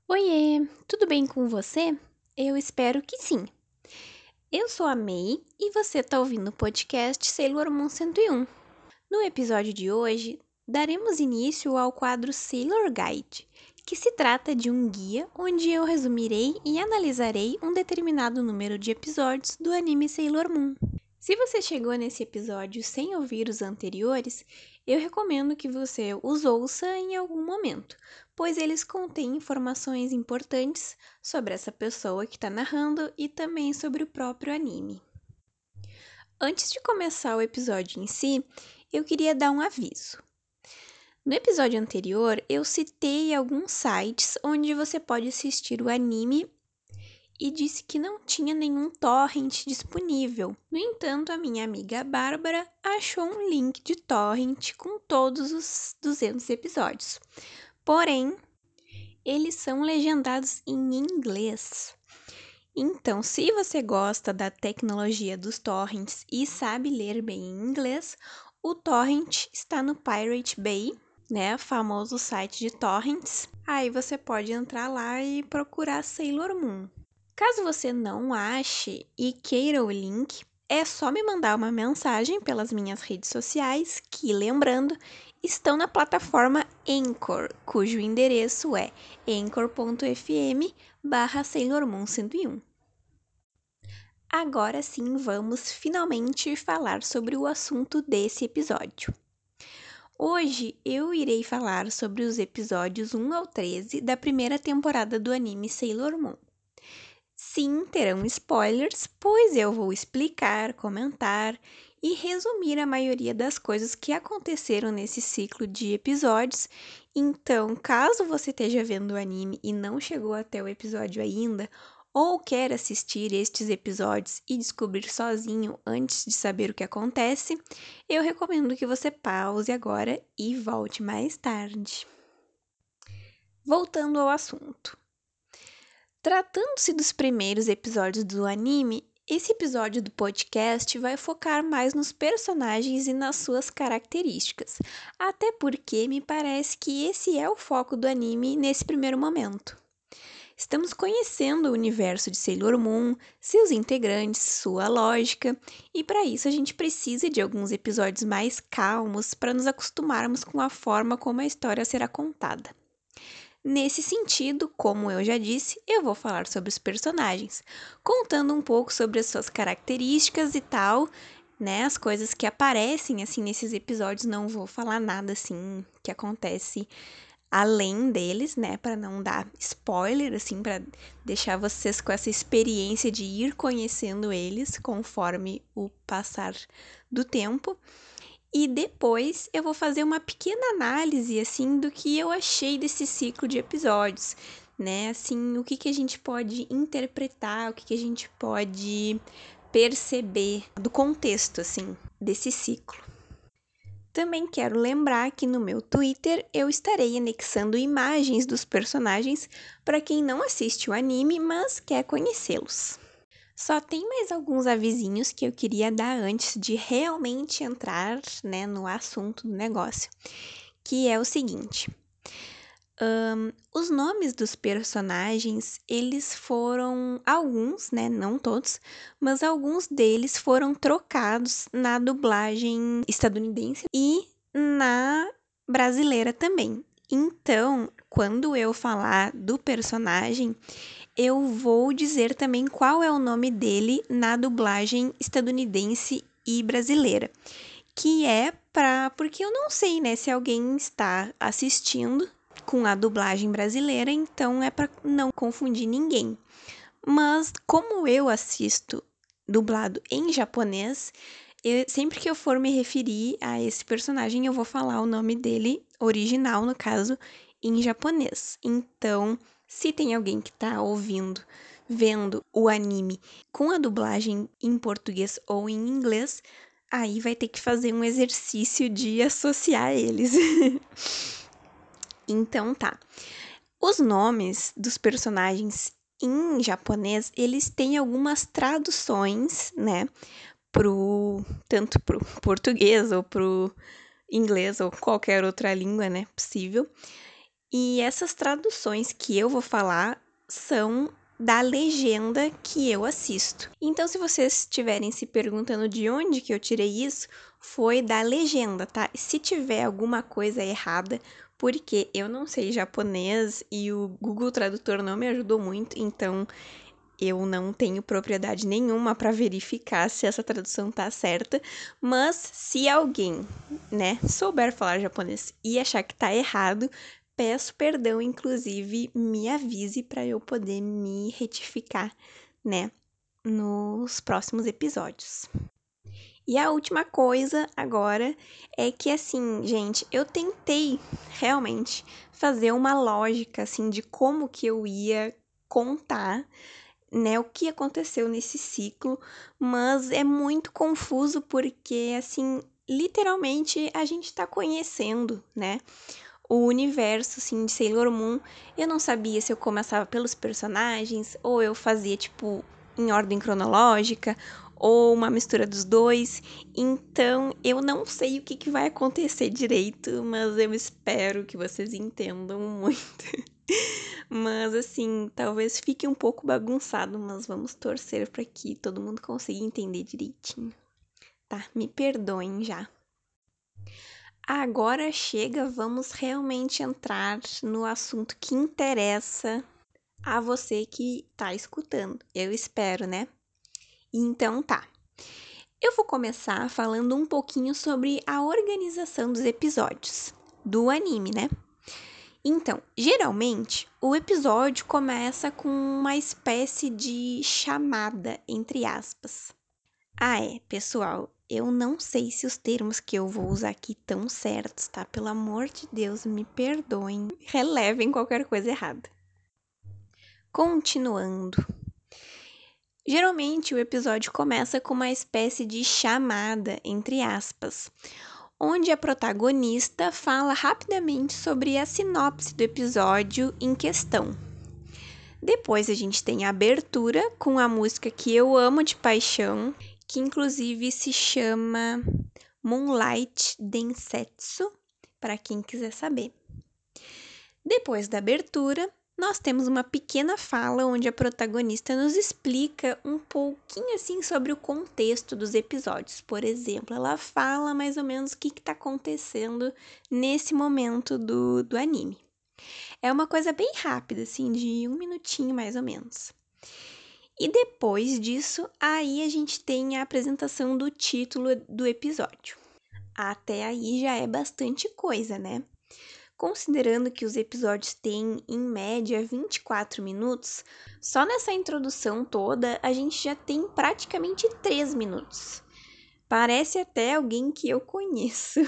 Oiê, tudo bem com você? Eu espero que sim. Eu sou a May e você está ouvindo o podcast Sailor Moon 101. No episódio de hoje, daremos início ao quadro Sailor Guide, que se trata de um guia onde eu resumirei e analisarei um determinado número de episódios do anime Sailor Moon. Se você chegou nesse episódio sem ouvir os anteriores, eu recomendo que você os ouça em algum momento, pois eles contêm informações importantes sobre essa pessoa que está narrando e também sobre o próprio anime. Antes de começar o episódio em si, eu queria dar um aviso. No episódio anterior, eu citei alguns sites onde você pode assistir o anime e disse que não tinha nenhum torrent disponível. No entanto, a minha amiga Bárbara achou um link de torrent com todos os 200 episódios. Porém, eles são legendados em inglês. Então, se você gosta da tecnologia dos torrents e sabe ler bem em inglês, o torrent está no Pirate Bay, né, famoso site de torrents. Aí você pode entrar lá e procurar Sailor Moon. Caso você não ache e queira o link, é só me mandar uma mensagem pelas minhas redes sociais, que, lembrando, estão na plataforma Anchor, cujo endereço é anchor.fm/Sailor Moon 101. Agora sim, vamos finalmente falar sobre o assunto desse episódio. Hoje eu irei falar sobre os episódios 1 ao 13 da primeira temporada do anime Sailor Moon. Sim, terão spoilers, pois eu vou explicar, comentar e resumir a maioria das coisas que aconteceram nesse ciclo de episódios. Então, caso você esteja vendo o anime e não chegou até o episódio ainda, ou quer assistir estes episódios e descobrir sozinho antes de saber o que acontece, eu recomendo que você pause agora e volte mais tarde. Voltando ao assunto. Tratando-se dos primeiros episódios do anime, esse episódio do podcast vai focar mais nos personagens e nas suas características, até porque me parece que esse é o foco do anime nesse primeiro momento. Estamos conhecendo o universo de Sailor Moon, seus integrantes, sua lógica, e para isso a gente precisa de alguns episódios mais calmos para nos acostumarmos com a forma como a história será contada. Nesse sentido, como eu já disse, eu vou falar sobre os personagens, contando um pouco sobre as suas características e tal, né? As coisas que aparecem assim nesses episódios, não vou falar nada assim que acontece além deles, né, para não dar spoiler assim, para deixar vocês com essa experiência de ir conhecendo eles conforme o passar do tempo. E depois eu vou fazer uma pequena análise, assim, do que eu achei desse ciclo de episódios, né? Assim, o que a gente pode interpretar, o que a gente pode perceber do contexto, assim, desse ciclo. Também quero lembrar que no meu Twitter eu estarei anexando imagens dos personagens para quem não assiste o anime, mas quer conhecê-los. Só tem mais alguns avisinhos que eu queria dar antes de realmente entrar, né, no assunto do negócio, que é o seguinte. Os nomes dos personagens, eles foram, alguns, né, não todos, mas alguns deles foram trocados na dublagem estadunidense e na brasileira também. Então, quando eu falar do personagem, eu vou dizer também qual é o nome dele na dublagem estadunidense e brasileira, que é porque eu não sei, né, se alguém está assistindo com a dublagem brasileira, então é para não confundir ninguém. Mas como eu assisto dublado em japonês, sempre que eu for me referir a esse personagem, eu vou falar o nome dele original, no caso, em japonês. Então, se tem alguém que tá ouvindo, vendo o anime com a dublagem em português ou em inglês, aí vai ter que fazer um exercício de associar eles. Então tá. Os nomes dos personagens em japonês, eles têm algumas traduções, né? Tanto pro português ou pro inglês ou qualquer outra língua, né? Possível. E essas traduções que eu vou falar são da legenda que eu assisto. Então, se vocês estiverem se perguntando de onde que eu tirei isso, foi da legenda, tá? Se tiver alguma coisa errada, porque eu não sei japonês e o Google Tradutor não me ajudou muito, então eu não tenho propriedade nenhuma para verificar se essa tradução tá certa, mas se alguém, né, souber falar japonês e achar que tá errado, peço perdão, inclusive me avise para eu poder me retificar, né, nos próximos episódios. E a última coisa agora é que, assim, gente, eu tentei realmente fazer uma lógica, assim, de como que eu ia contar, né, o que aconteceu nesse ciclo, mas é muito confuso porque, assim, literalmente a gente tá conhecendo, né, o universo, assim, de Sailor Moon. Eu não sabia se eu começava pelos personagens ou eu fazia, tipo, em ordem cronológica ou uma mistura dos dois. Então, eu não sei o que que vai acontecer direito, mas eu espero que vocês entendam muito. Mas assim, talvez fique um pouco bagunçado, mas vamos torcer para que todo mundo consiga entender direitinho. Tá, me perdoem já. Agora chega, vamos realmente entrar no assunto que interessa a você que tá escutando. Eu espero, né? Então tá. Eu vou começar falando um pouquinho sobre a organização dos episódios do anime, né? Então, geralmente, o episódio começa com uma espécie de chamada, entre aspas. Ah, é, pessoal, eu não sei se os termos que eu vou usar aqui estão certos, tá? Pelo amor de Deus, me perdoem, relevem qualquer coisa errada. Continuando. Geralmente, o episódio começa com uma espécie de chamada, entre aspas, onde a protagonista fala rapidamente sobre a sinopse do episódio em questão. Depois a gente tem a abertura com a música que eu amo de paixão, que inclusive se chama Moonlight Densetsu, para quem quiser saber. Depois da abertura, nós temos uma pequena fala onde a protagonista nos explica um pouquinho assim sobre o contexto dos episódios. Por exemplo, ela fala mais ou menos o que está acontecendo nesse momento do anime. É uma coisa bem rápida, assim, de 1 minutinho mais ou menos. E depois disso, aí a gente tem a apresentação do título do episódio. Até aí já é bastante coisa, né? Considerando que os episódios têm, em média, 24 minutos, só nessa introdução toda a gente já tem praticamente 3 minutos. Parece até alguém que eu conheço.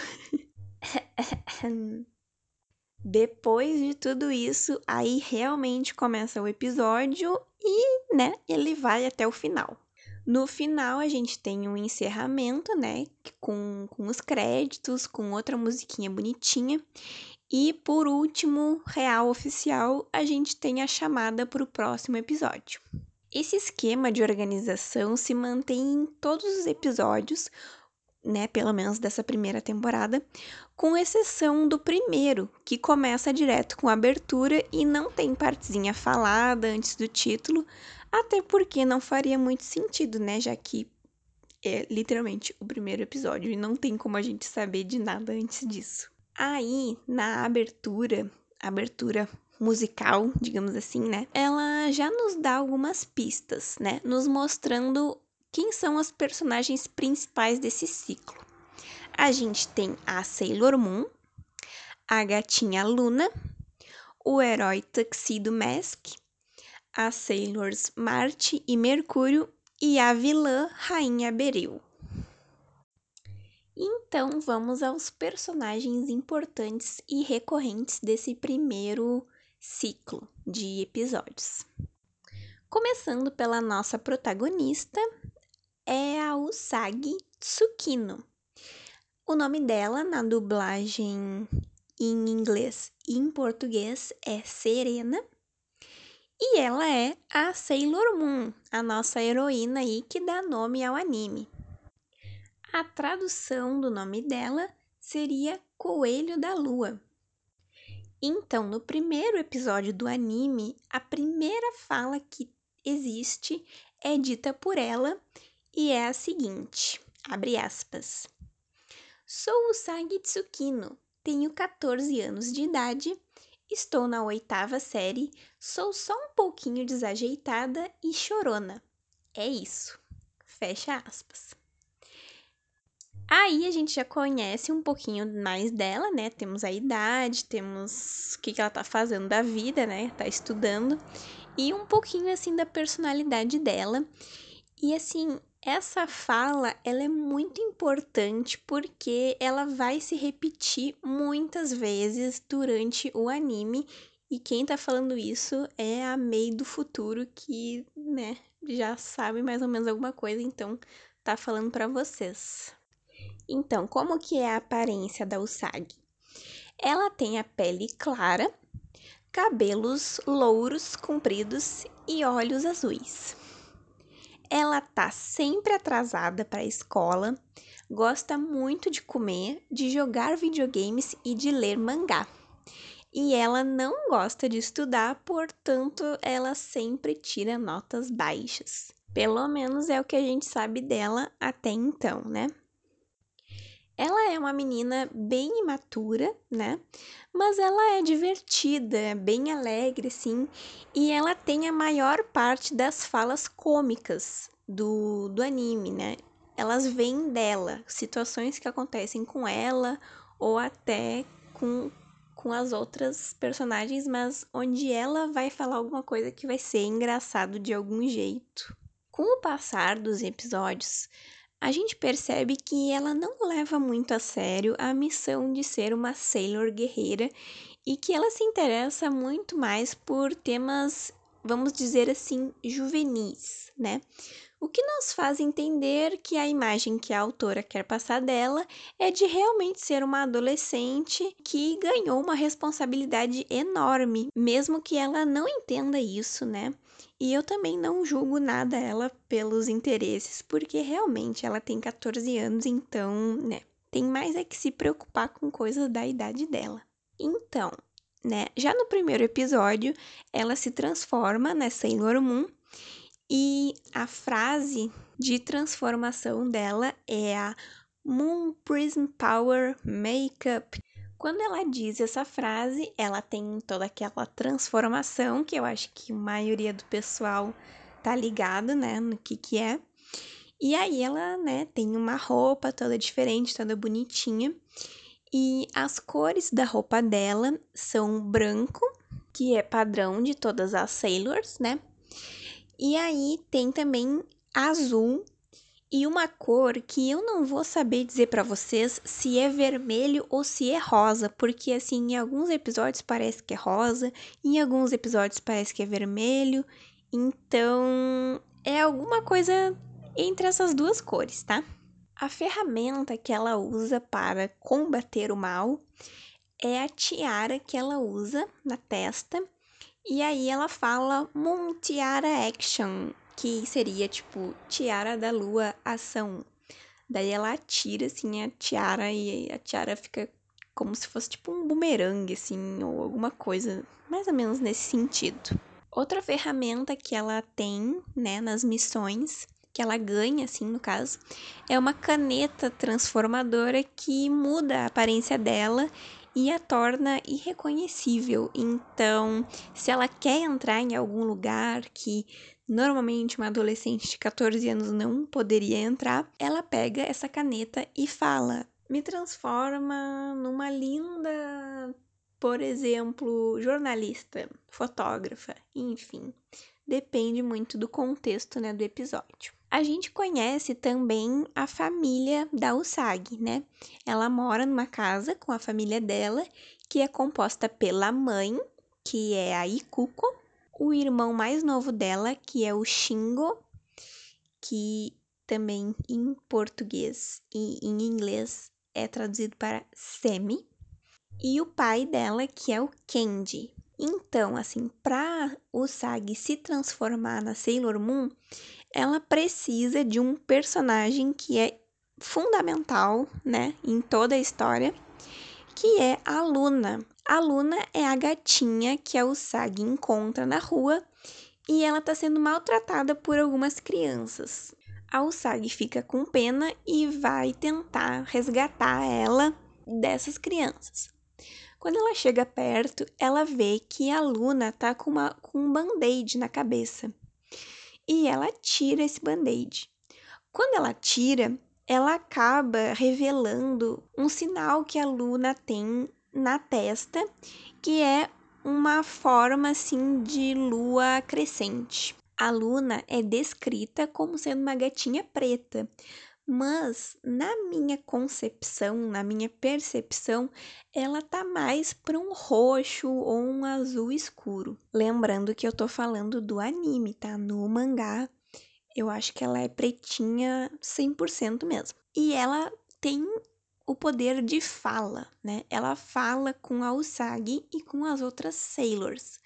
Depois de tudo isso, aí realmente começa o episódio e, né, ele vai até o final. No final, a gente tem um encerramento, né, com os créditos, com outra musiquinha bonitinha. E, por último, real oficial, a gente tem a chamada para o próximo episódio. Esse esquema de organização se mantém em todos os episódios, né, pelo menos dessa primeira temporada, com exceção do primeiro, que começa direto com a abertura e não tem partezinha falada antes do título, até porque não faria muito sentido, né, já que é literalmente o primeiro episódio e não tem como a gente saber de nada antes disso. Aí, na abertura musical, digamos assim, né, ela já nos dá algumas pistas, né, nos mostrando quem são os personagens principais desse ciclo. A gente tem a Sailor Moon, a gatinha Luna, o herói Tuxedo Mask, as Sailors Marte e Mercúrio e a vilã Rainha Beryl. Então, vamos aos personagens importantes e recorrentes desse primeiro ciclo de episódios. Começando pela nossa protagonista, é a Usagi Tsukino. O nome dela, na dublagem em inglês e em português, é Serena. E ela é a Sailor Moon, a nossa heroína aí que dá nome ao anime. A tradução do nome dela seria Coelho da Lua. Então, no primeiro episódio do anime, a primeira fala que existe é dita por ela e é a seguinte, abre aspas. Sou Usagi Tsukino, tenho 14 anos de idade, estou na 8ª série, sou só um pouquinho desajeitada e chorona. É isso. Fecha aspas. Aí a gente já conhece um pouquinho mais dela, né? Temos a idade, temos o que ela tá fazendo da vida, né? Tá estudando. E um pouquinho, assim, da personalidade dela. E, assim, essa fala, ela é muito importante porque ela vai se repetir muitas vezes durante o anime. E quem tá falando isso é a Mei do futuro que, né, já sabe mais ou menos alguma coisa, então tá falando pra vocês. Então, como que é a aparência da Usagi? Ela tem a pele clara, cabelos louros compridos e olhos azuis. Ela tá sempre atrasada para a escola, gosta muito de comer, de jogar videogames e de ler mangá. E ela não gosta de estudar, portanto, ela sempre tira notas baixas. Pelo menos é o que a gente sabe dela até então, né? Ela é uma menina bem imatura, né? Mas ela é divertida, é bem alegre, sim. E ela tem a maior parte das falas cômicas do anime, né? Elas vêm dela, situações que acontecem com ela ou até com as outras personagens, mas onde ela vai falar alguma coisa que vai ser engraçado de algum jeito. Com o passar dos episódios, a gente percebe que ela não leva muito a sério a missão de ser uma Sailor guerreira e que ela se interessa muito mais por temas, vamos dizer assim, juvenis, né? O que nos faz entender que a imagem que a autora quer passar dela é de realmente ser uma adolescente que ganhou uma responsabilidade enorme, mesmo que ela não entenda isso, né? E eu também não julgo nada ela pelos interesses, porque realmente ela tem 14 anos, então, né, tem mais é que se preocupar com coisas da idade dela. Então, né, já no primeiro episódio, ela se transforma na Sailor Moon e a frase de transformação dela é a Moon Prism Power Makeup. Quando ela diz essa frase, ela tem toda aquela transformação que eu acho que a maioria do pessoal tá ligado, né, no que é. E aí ela, né, tem uma roupa toda diferente, toda bonitinha. E as cores da roupa dela são branco, que é padrão de todas as Sailors, né? E aí tem também azul e uma cor que eu não vou saber dizer pra vocês se é vermelho ou se é rosa, porque assim, em alguns episódios parece que é rosa, em alguns episódios parece que é vermelho. Então, é alguma coisa entre essas duas cores, tá? A ferramenta que ela usa para combater o mal é a tiara que ela usa na testa. E aí ela fala Moon Tiara Action, que seria tipo tiara da lua ação. Daí ela atira assim a tiara e a tiara fica como se fosse tipo um bumerangue assim ou alguma coisa mais ou menos nesse sentido. Outra ferramenta que ela tem, né, nas missões, que ela ganha assim no caso, é uma caneta transformadora que muda a aparência dela e a torna irreconhecível. Então, se ela quer entrar em algum lugar que normalmente uma adolescente de 14 anos não poderia entrar, ela pega essa caneta e fala: "Me transforma numa linda, por exemplo, jornalista, fotógrafa", enfim, depende muito do contexto, né, do episódio. A gente conhece também a família da Usagi, né? Ela mora numa casa com a família dela, que é composta pela mãe, que é a Ikuko, o irmão mais novo dela, que é o Shingo, que também em português e em inglês é traduzido para Semi, e o pai dela, que é o Kenji. Então, assim, para Usagi se transformar na Sailor Moon, ela precisa de um personagem que é fundamental, né, em toda a história, que é a Luna. A Luna é a gatinha que a Usagi encontra na rua e ela está sendo maltratada por algumas crianças. A Usagi fica com pena e vai tentar resgatar ela dessas crianças. Quando ela chega perto, ela vê que a Luna tá com um band-aid na cabeça. E ela tira esse band-aid. Quando ela tira, ela acaba revelando um sinal que a Luna tem na testa, que é uma forma assim de lua crescente. A Luna é descrita como sendo uma gatinha preta, mas na minha concepção, na minha percepção, ela tá mais para um roxo ou um azul escuro. Lembrando que eu tô falando do anime, tá? No mangá, eu acho que ela é pretinha 100% mesmo. E ela tem o poder de fala, né? Ela fala com a Usagi e com as outras Sailors.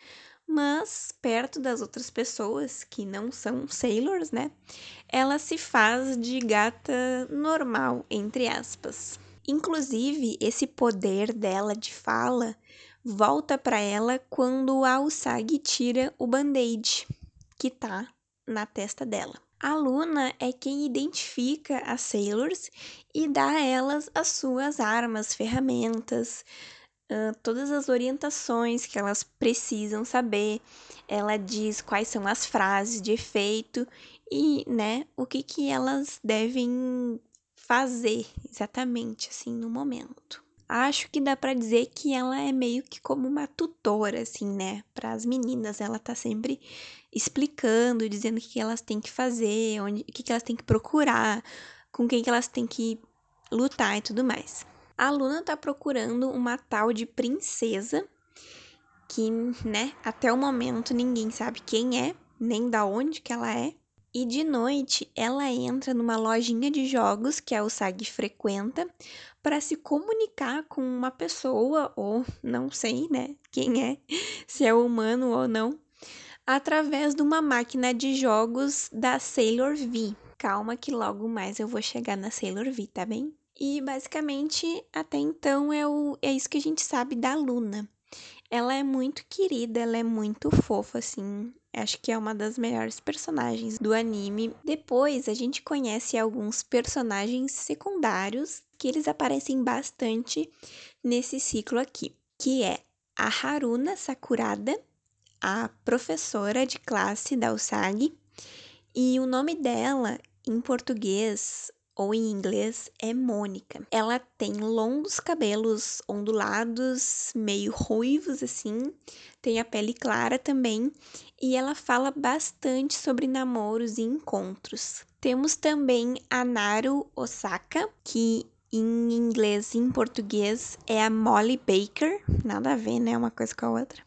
Mas perto das outras pessoas que não são Sailors, né? Ela se faz de gata normal, entre aspas. Inclusive, esse poder dela de fala volta para ela quando a Usagi tira o band-aid que tá na testa dela. A Luna é quem identifica as Sailors e dá a elas as suas armas, ferramentas, todas as orientações que elas precisam saber. Ela diz quais são as frases de efeito e, né, o que elas devem fazer exatamente assim no momento. Acho que dá pra dizer que ela é meio que como uma tutora, assim, né? Para as meninas, ela tá sempre explicando, dizendo o que elas têm que fazer, o que elas têm que procurar, com quem que elas têm que lutar e tudo mais. A Luna tá procurando uma tal de princesa que, né, até o momento ninguém sabe quem é, nem da onde que ela é. E de noite ela entra numa lojinha de jogos que a Usagi frequenta para se comunicar com uma pessoa, ou não sei, né, quem é, se é humano ou não, através de uma máquina de jogos da Sailor V. Calma que logo mais eu vou chegar na Sailor V, tá bem? E basicamente, até então, é isso que a gente sabe da Luna. Ela é muito querida, ela é muito fofa, assim. Acho que é uma das melhores personagens do anime. Depois, a gente conhece alguns personagens secundários que eles aparecem bastante nesse ciclo aqui, que é a Haruna Sakurada, a professora de classe da Usagi, e o nome dela em português ou em inglês é Mônica. Ela tem longos cabelos ondulados, meio ruivos assim, tem a pele clara também, e ela fala bastante sobre namoros e encontros. Temos também a Naru Osaka, que em inglês e em português é a Molly Baker, nada a ver, né, uma coisa com a outra.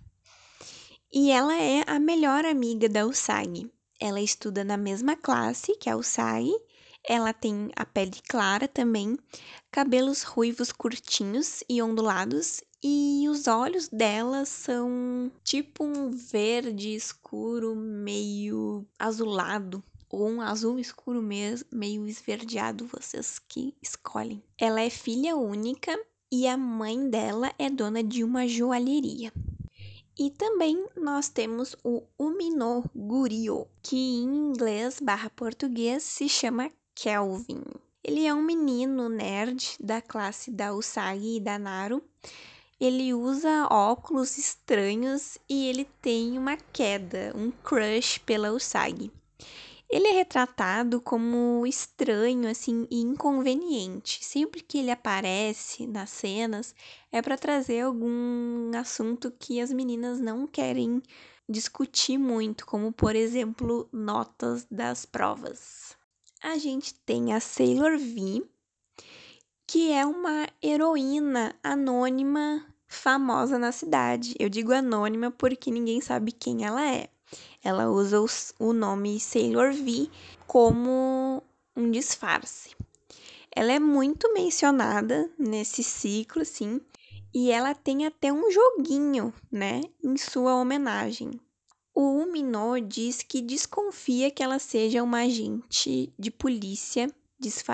E ela é a melhor amiga da Usagi. Ela estuda na mesma classe que a Usagi. Ela tem a pele clara também, cabelos ruivos curtinhos e ondulados, e os olhos dela são tipo um verde escuro meio azulado, ou um azul escuro meio esverdeado, vocês que escolhem. Ela é filha única e a mãe dela é dona de uma joalheria. E também nós temos o Umino Gurio, que em inglês / português se chama Kelvin. Ele é um menino nerd da classe da Usagi e da Naru. Ele usa óculos estranhos e ele tem uma queda, um crush pela Usagi. Ele é retratado como estranho, assim, e inconveniente. Sempre que ele aparece nas cenas, é para trazer algum assunto que as meninas não querem discutir muito, como, por exemplo, notas das provas. A gente tem a Sailor V, que é uma heroína anônima famosa na cidade. Eu digo anônima porque ninguém sabe quem ela é. Ela usa o nome Sailor V como um disfarce. Ela é muito mencionada nesse ciclo, assim, e ela tem até um joguinho, né, em sua homenagem. O Umino diz que desconfia que ela seja uma agente de polícia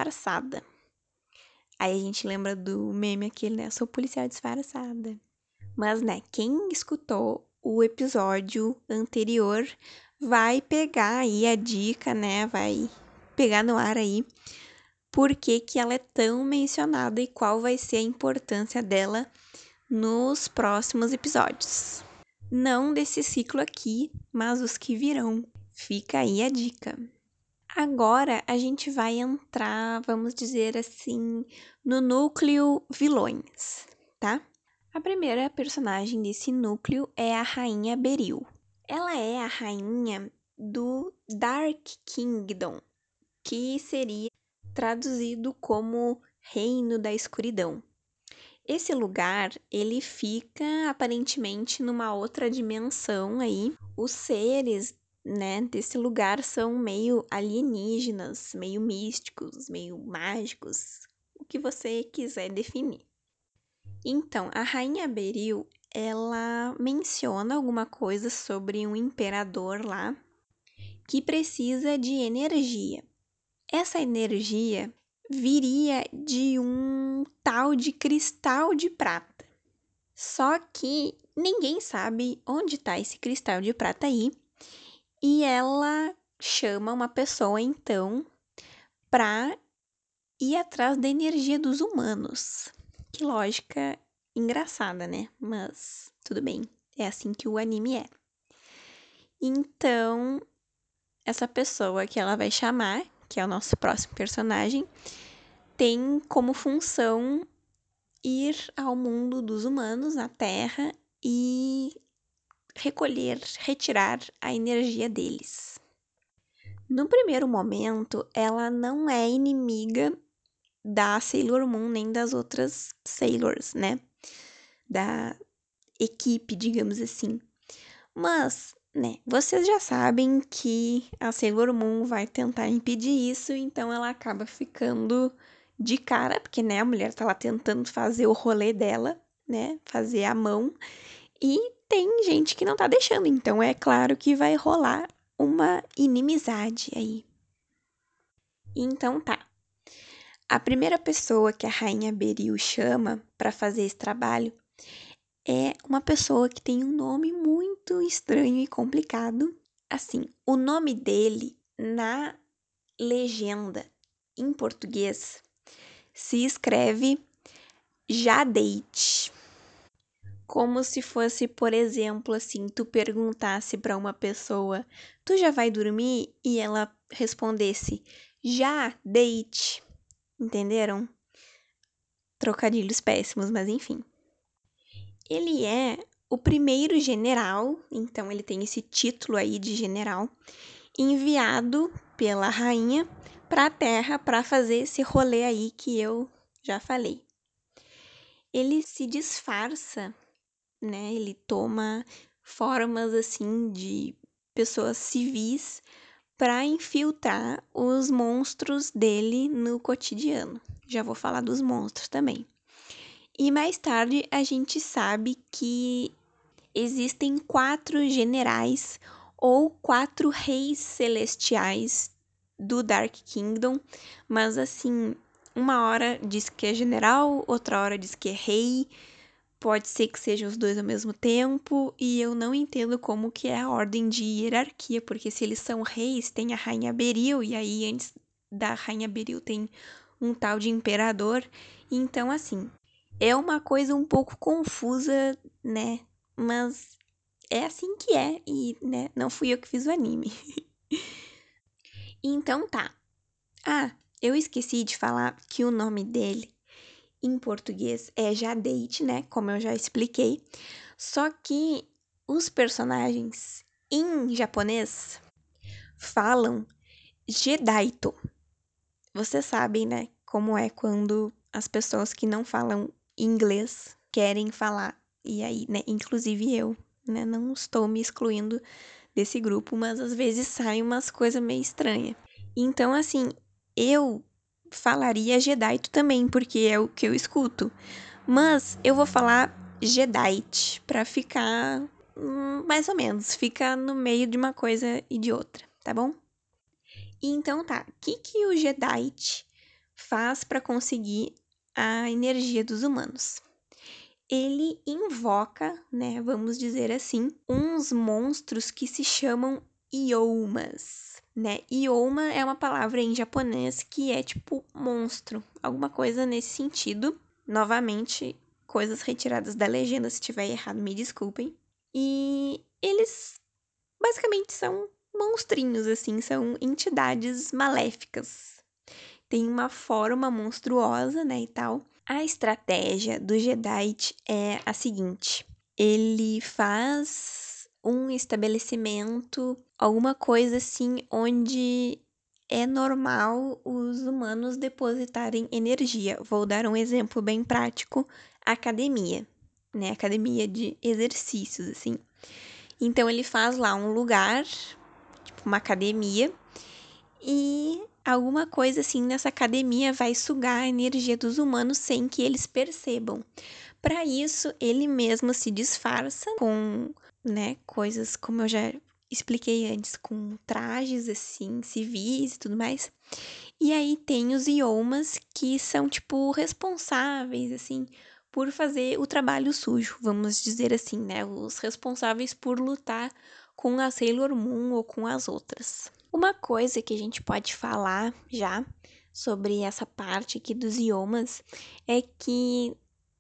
disfarçada. Aí a gente lembra do meme aquele, né? Sou policial disfarçada. Mas, né, quem escutou o episódio anterior vai pegar aí a dica, né? Vai pegar no ar aí por que ela é tão mencionada e qual vai ser a importância dela nos próximos episódios. Não desse ciclo aqui, mas os que virão. Fica aí a dica. Agora a gente vai entrar, vamos dizer assim, no núcleo vilões, tá? A primeira personagem desse núcleo é a Rainha Beryl. Ela é a rainha do Dark Kingdom, que seria traduzido como Reino da Escuridão. Esse lugar, ele fica aparentemente numa outra dimensão aí. Os seres, né, desse lugar são meio alienígenas, meio místicos, meio mágicos, o que você quiser definir. Então, a rainha Beryl, ela menciona alguma coisa sobre um imperador lá que precisa de energia. Essa energia viria de um tal de cristal de prata. Só que ninguém sabe onde está esse cristal de prata aí. E ela chama uma pessoa então para ir atrás da energia dos humanos. Que lógica engraçada, né? Mas tudo bem. É assim que o anime é. Então, essa pessoa que ela vai chamar, que é o nosso próximo personagem, tem como função ir ao mundo dos humanos, na Terra, e retirar a energia deles. No primeiro momento, ela não é inimiga da Sailor Moon nem das outras Sailors, né? Da equipe, digamos assim. Mas, né, vocês já sabem que a Sailor Moon vai tentar impedir isso, então ela acaba ficando de cara, porque, né, a mulher tá lá tentando fazer o rolê dela, né, fazer a mão, e tem gente que não tá deixando, então é claro que vai rolar uma inimizade aí. Então tá. A primeira pessoa que a rainha Beryl chama para fazer esse trabalho é uma pessoa que tem um nome muito estranho e complicado. Assim, o nome dele na legenda em português se escreve Jadeit. Como se fosse, por exemplo, assim, tu perguntasse para uma pessoa: "Tu já vai dormir?" e ela respondesse: "Já, deite." Entenderam? Trocadilhos péssimos, mas enfim. Ele é o primeiro general, então ele tem esse título aí de general, enviado pela rainha para a Terra para fazer esse rolê aí que eu já falei. Ele se disfarça, né? Ele toma formas assim de pessoas civis para infiltrar os monstros dele no cotidiano. Já vou falar dos monstros também. E mais tarde a gente sabe que existem 4 generais ou 4 reis celestiais do Dark Kingdom, mas assim, uma hora diz que é general, outra hora diz que é rei, pode ser que sejam os dois ao mesmo tempo, e eu não entendo como que é a ordem de hierarquia, porque se eles são reis, tem a rainha Beryl, e aí antes da rainha Beryl tem um tal de imperador, então assim, é uma coisa um pouco confusa, né? Mas é assim que é e, né, não fui eu que fiz o anime. Então tá. Ah, eu esqueci de falar que o nome dele em português é Jadeit, né? Como eu já expliquei. Só que os personagens em japonês falam Jedaito. Vocês sabem, né? Como é quando as pessoas que não falam inglês querem falar. E aí, né? Inclusive eu, né? Não estou me excluindo desse grupo, mas às vezes saem umas coisas meio estranhas. Então, assim, eu falaria Jedaito também, porque é o que eu escuto. Mas eu vou falar Jedite pra ficar mais ou menos, fica no meio de uma coisa e de outra, tá bom? Então tá, o que o Jedite faz para conseguir a energia dos humanos? ele invoca, né, vamos dizer assim, uns monstros que se chamam Iomas, né? Ioma é uma palavra em japonês que é tipo monstro, alguma coisa nesse sentido. Novamente, coisas retiradas da legenda, se tiver errado, me desculpem. E eles basicamente são monstrinhos, assim, são entidades maléficas. Tem uma forma monstruosa, né, e tal. A estratégia do Jedi é a seguinte: ele faz um estabelecimento, alguma coisa assim, onde é normal os humanos depositarem energia. Vou dar um exemplo bem prático: academia, né? Academia de exercícios, assim. Então ele faz lá um lugar, tipo uma academia, e alguma coisa assim nessa academia vai sugar a energia dos humanos sem que eles percebam. Para isso, ele mesmo se disfarça com, né, coisas como eu já expliquei antes, com trajes assim, civis e tudo mais. E aí tem os iomas que são tipo responsáveis assim por fazer o trabalho sujo, vamos dizer assim, né? Os responsáveis por lutar com a Sailor Moon ou com as outras. Uma coisa que a gente pode falar já sobre essa parte aqui dos iomas é que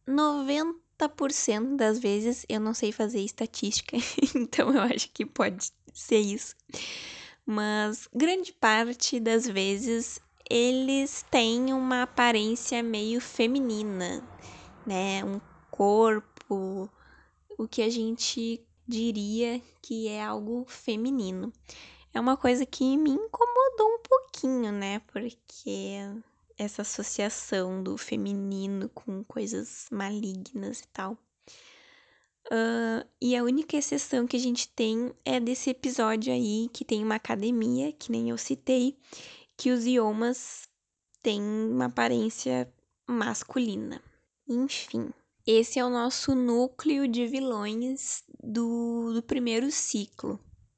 90% das vezes eu não sei fazer estatística, então eu acho que pode ser isso. Mas grande parte das vezes eles têm uma aparência meio feminina, né? Um corpo, o que a gente diria que é algo feminino. É uma coisa que me incomodou um pouquinho, né? Porque essa associação do feminino com coisas malignas e tal. E a única exceção que a gente tem é desse episódio aí, que tem uma academia, que nem eu citei, que os iomas têm uma aparência masculina. Enfim, esse é o nosso núcleo de vilões do primeiro ciclo.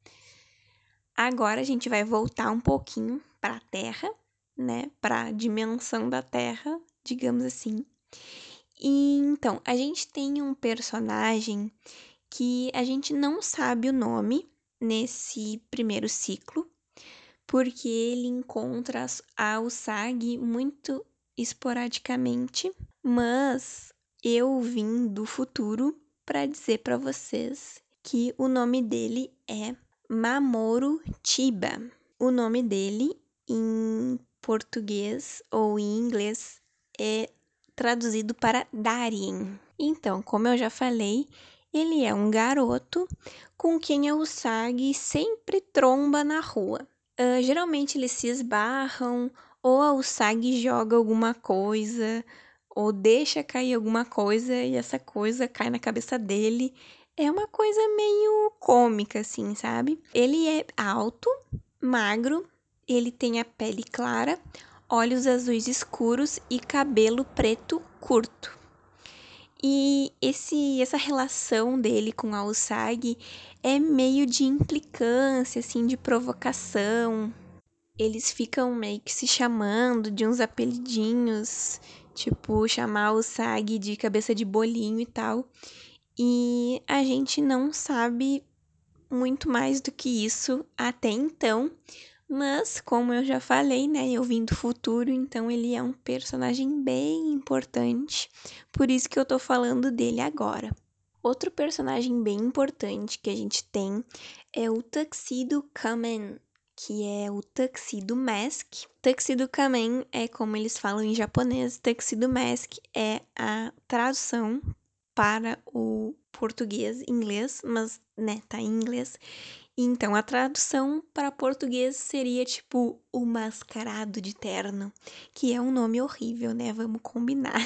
Agora a gente vai voltar um pouquinho para a Terra, né? Para a dimensão da Terra, digamos assim. E então, a gente tem um personagem que a gente não sabe o nome nesse primeiro ciclo, porque ele encontra a Usagi muito esporadicamente, mas eu vim do futuro para dizer para vocês que o nome dele é Mamoru Chiba. O nome dele em português ou em inglês é traduzido para Darien. Então, como eu já falei, ele é um garoto com quem a Usagi sempre tromba na rua. Geralmente eles se esbarram, ou a Usagi joga alguma coisa, ou deixa cair alguma coisa e essa coisa cai na cabeça dele. É uma coisa meio cômica, assim, sabe? Ele é alto, magro, ele tem a pele clara, olhos azuis escuros e cabelo preto curto. E essa relação dele com a Usagi é meio de implicância, assim, de provocação. Eles ficam meio que se chamando de uns apelidinhos, tipo chamar a Usagi de cabeça de bolinho e tal. E a gente não sabe muito mais do que isso até então. Mas, como eu já falei, né, eu vim do futuro, então ele é um personagem bem importante, por isso que eu tô falando dele agora. Outro personagem bem importante que a gente tem é o Tuxedo Kamen, que é o Tuxedo Mask. Tuxedo Kamen é como eles falam em japonês, Tuxedo Mask é a tradução para o português, inglês, mas, né, tá em inglês. Então, a tradução para português seria tipo o mascarado de terno, que é um nome horrível, né? Vamos combinar.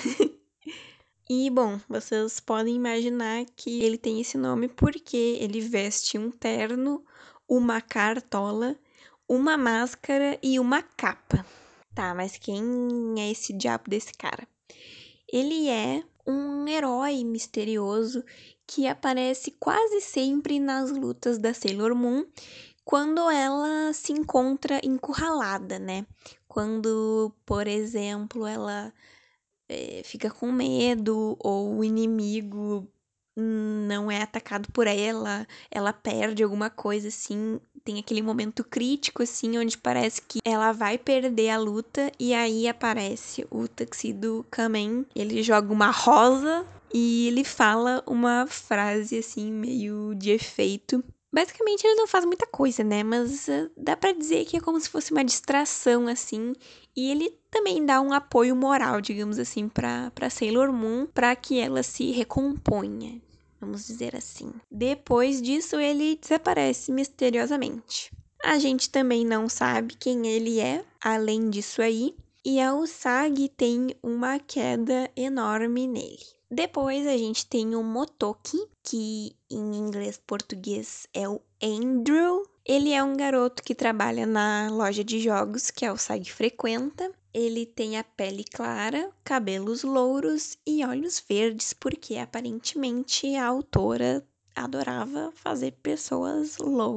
E, bom, vocês podem imaginar que ele tem esse nome porque ele veste um terno, uma cartola, uma máscara e uma capa. Tá, mas quem é esse diabo desse cara? Ele é um herói misterioso que aparece quase sempre nas lutas da Sailor Moon quando ela se encontra encurralada, né? Quando, por exemplo, ela fica com medo ou o inimigo não é atacado por ela, ela perde alguma coisa assim, tem aquele momento crítico assim onde parece que ela vai perder a luta e aí aparece o Tuxedo Kamen, ele joga uma rosa e ele fala uma frase assim meio de efeito. Basicamente ele não faz muita coisa, né? Mas dá pra dizer que é como se fosse uma distração assim, e ele também dá um apoio moral, digamos assim, pra Sailor Moon, pra que ela se recomponha, vamos dizer assim. Depois disso, ele desaparece misteriosamente. A gente também não sabe quem ele é, além disso aí, e a Usagi tem uma queda enorme nele. Depois a gente tem o Motoki, que em inglês português é o Andrew. Ele é um garoto que trabalha na loja de jogos que a Usagi frequenta. Ele tem a pele clara, cabelos louros e olhos verdes, porque aparentemente a autora adorava fazer pessoas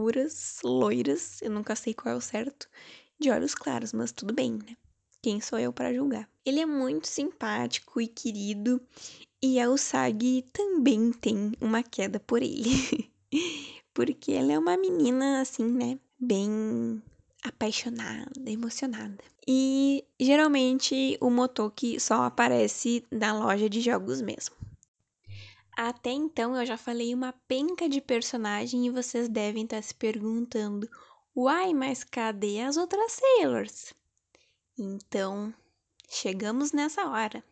loiras, eu nunca sei qual é o certo, de olhos claros, mas tudo bem, né? Quem sou eu para julgar? Ele é muito simpático e querido, e a Usagi também tem uma queda por ele. Porque ela é uma menina, assim, né? Bem apaixonada, emocionada. E geralmente o Motoki só aparece na loja de jogos mesmo. Até então eu já falei uma penca de personagem e vocês devem estar se perguntando: uai, mas cadê as outras Sailors? Então, chegamos nessa hora.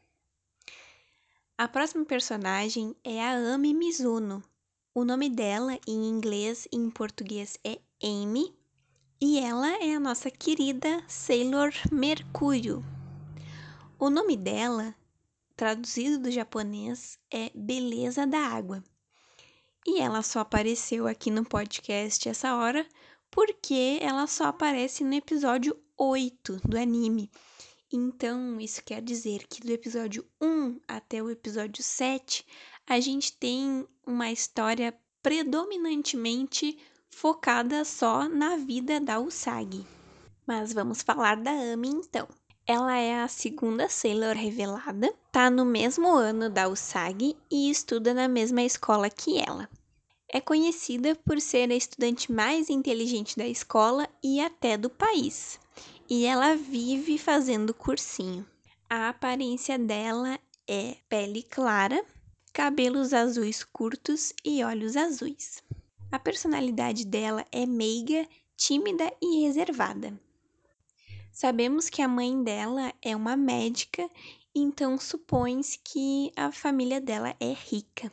A próxima personagem é a Ami Mizuno. O nome dela em inglês e em português é Amy, e ela é a nossa querida Sailor Mercúrio. O nome dela, traduzido do japonês, é Beleza da Água. E ela só apareceu aqui no podcast essa hora porque ela só aparece no episódio 8 do anime. Então, isso quer dizer que do episódio 1 até o episódio 7, a gente tem uma história predominantemente focada só na vida da Usagi. Mas vamos falar da Ami então. Ela é a segunda Sailor revelada, tá no mesmo ano da Usagi e estuda na mesma escola que ela. É conhecida por ser a estudante mais inteligente da escola e até do país. E ela vive fazendo cursinho. A aparência dela é pele clara, cabelos azuis curtos e olhos azuis. A personalidade dela é meiga, tímida e reservada. Sabemos que a mãe dela é uma médica, então supõe-se que a família dela é rica.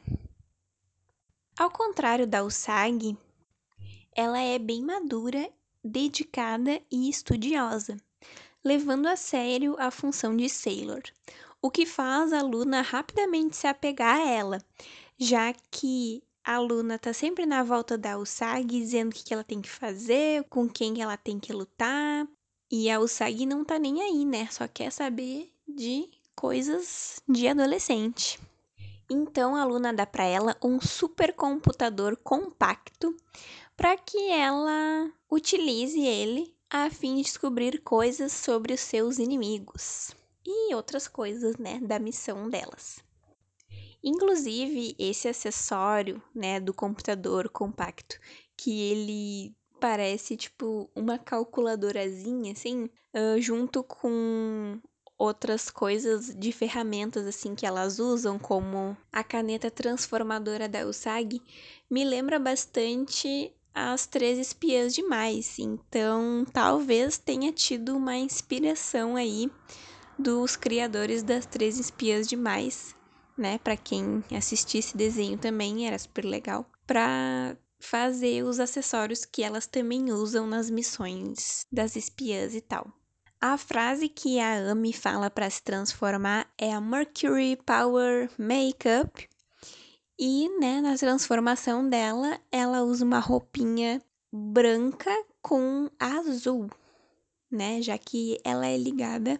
Ao contrário da Usagi, ela é bem madura, dedicada e estudiosa, levando a sério a função de Sailor, o que faz a Luna rapidamente se apegar a ela, já que a Luna tá sempre na volta da Usagi, dizendo o que ela tem que fazer, com quem ela tem que lutar, e a Usagi não tá nem aí, né? Só quer saber de coisas de adolescente. Então a Luna dá para ela um supercomputador compacto para que ela utilize ele a fim de descobrir coisas sobre os seus inimigos e outras coisas, né, da missão delas. Inclusive, esse acessório, né, do computador compacto, que ele parece tipo uma calculadorazinha, assim, junto com outras coisas de ferramentas, assim, que elas usam, como a caneta transformadora da Usagi, me lembra bastante as Três Espiãs Demais. Então, talvez tenha tido uma inspiração aí dos criadores das Três Espiãs Demais, né? Para quem assistisse desenho também era super legal, para fazer os acessórios que elas também usam nas missões das espiãs e tal. A frase que a Ami fala para se transformar é a Mercury Power Makeup. E, né, na transformação dela, ela usa uma roupinha branca com azul, né? Já que ela é ligada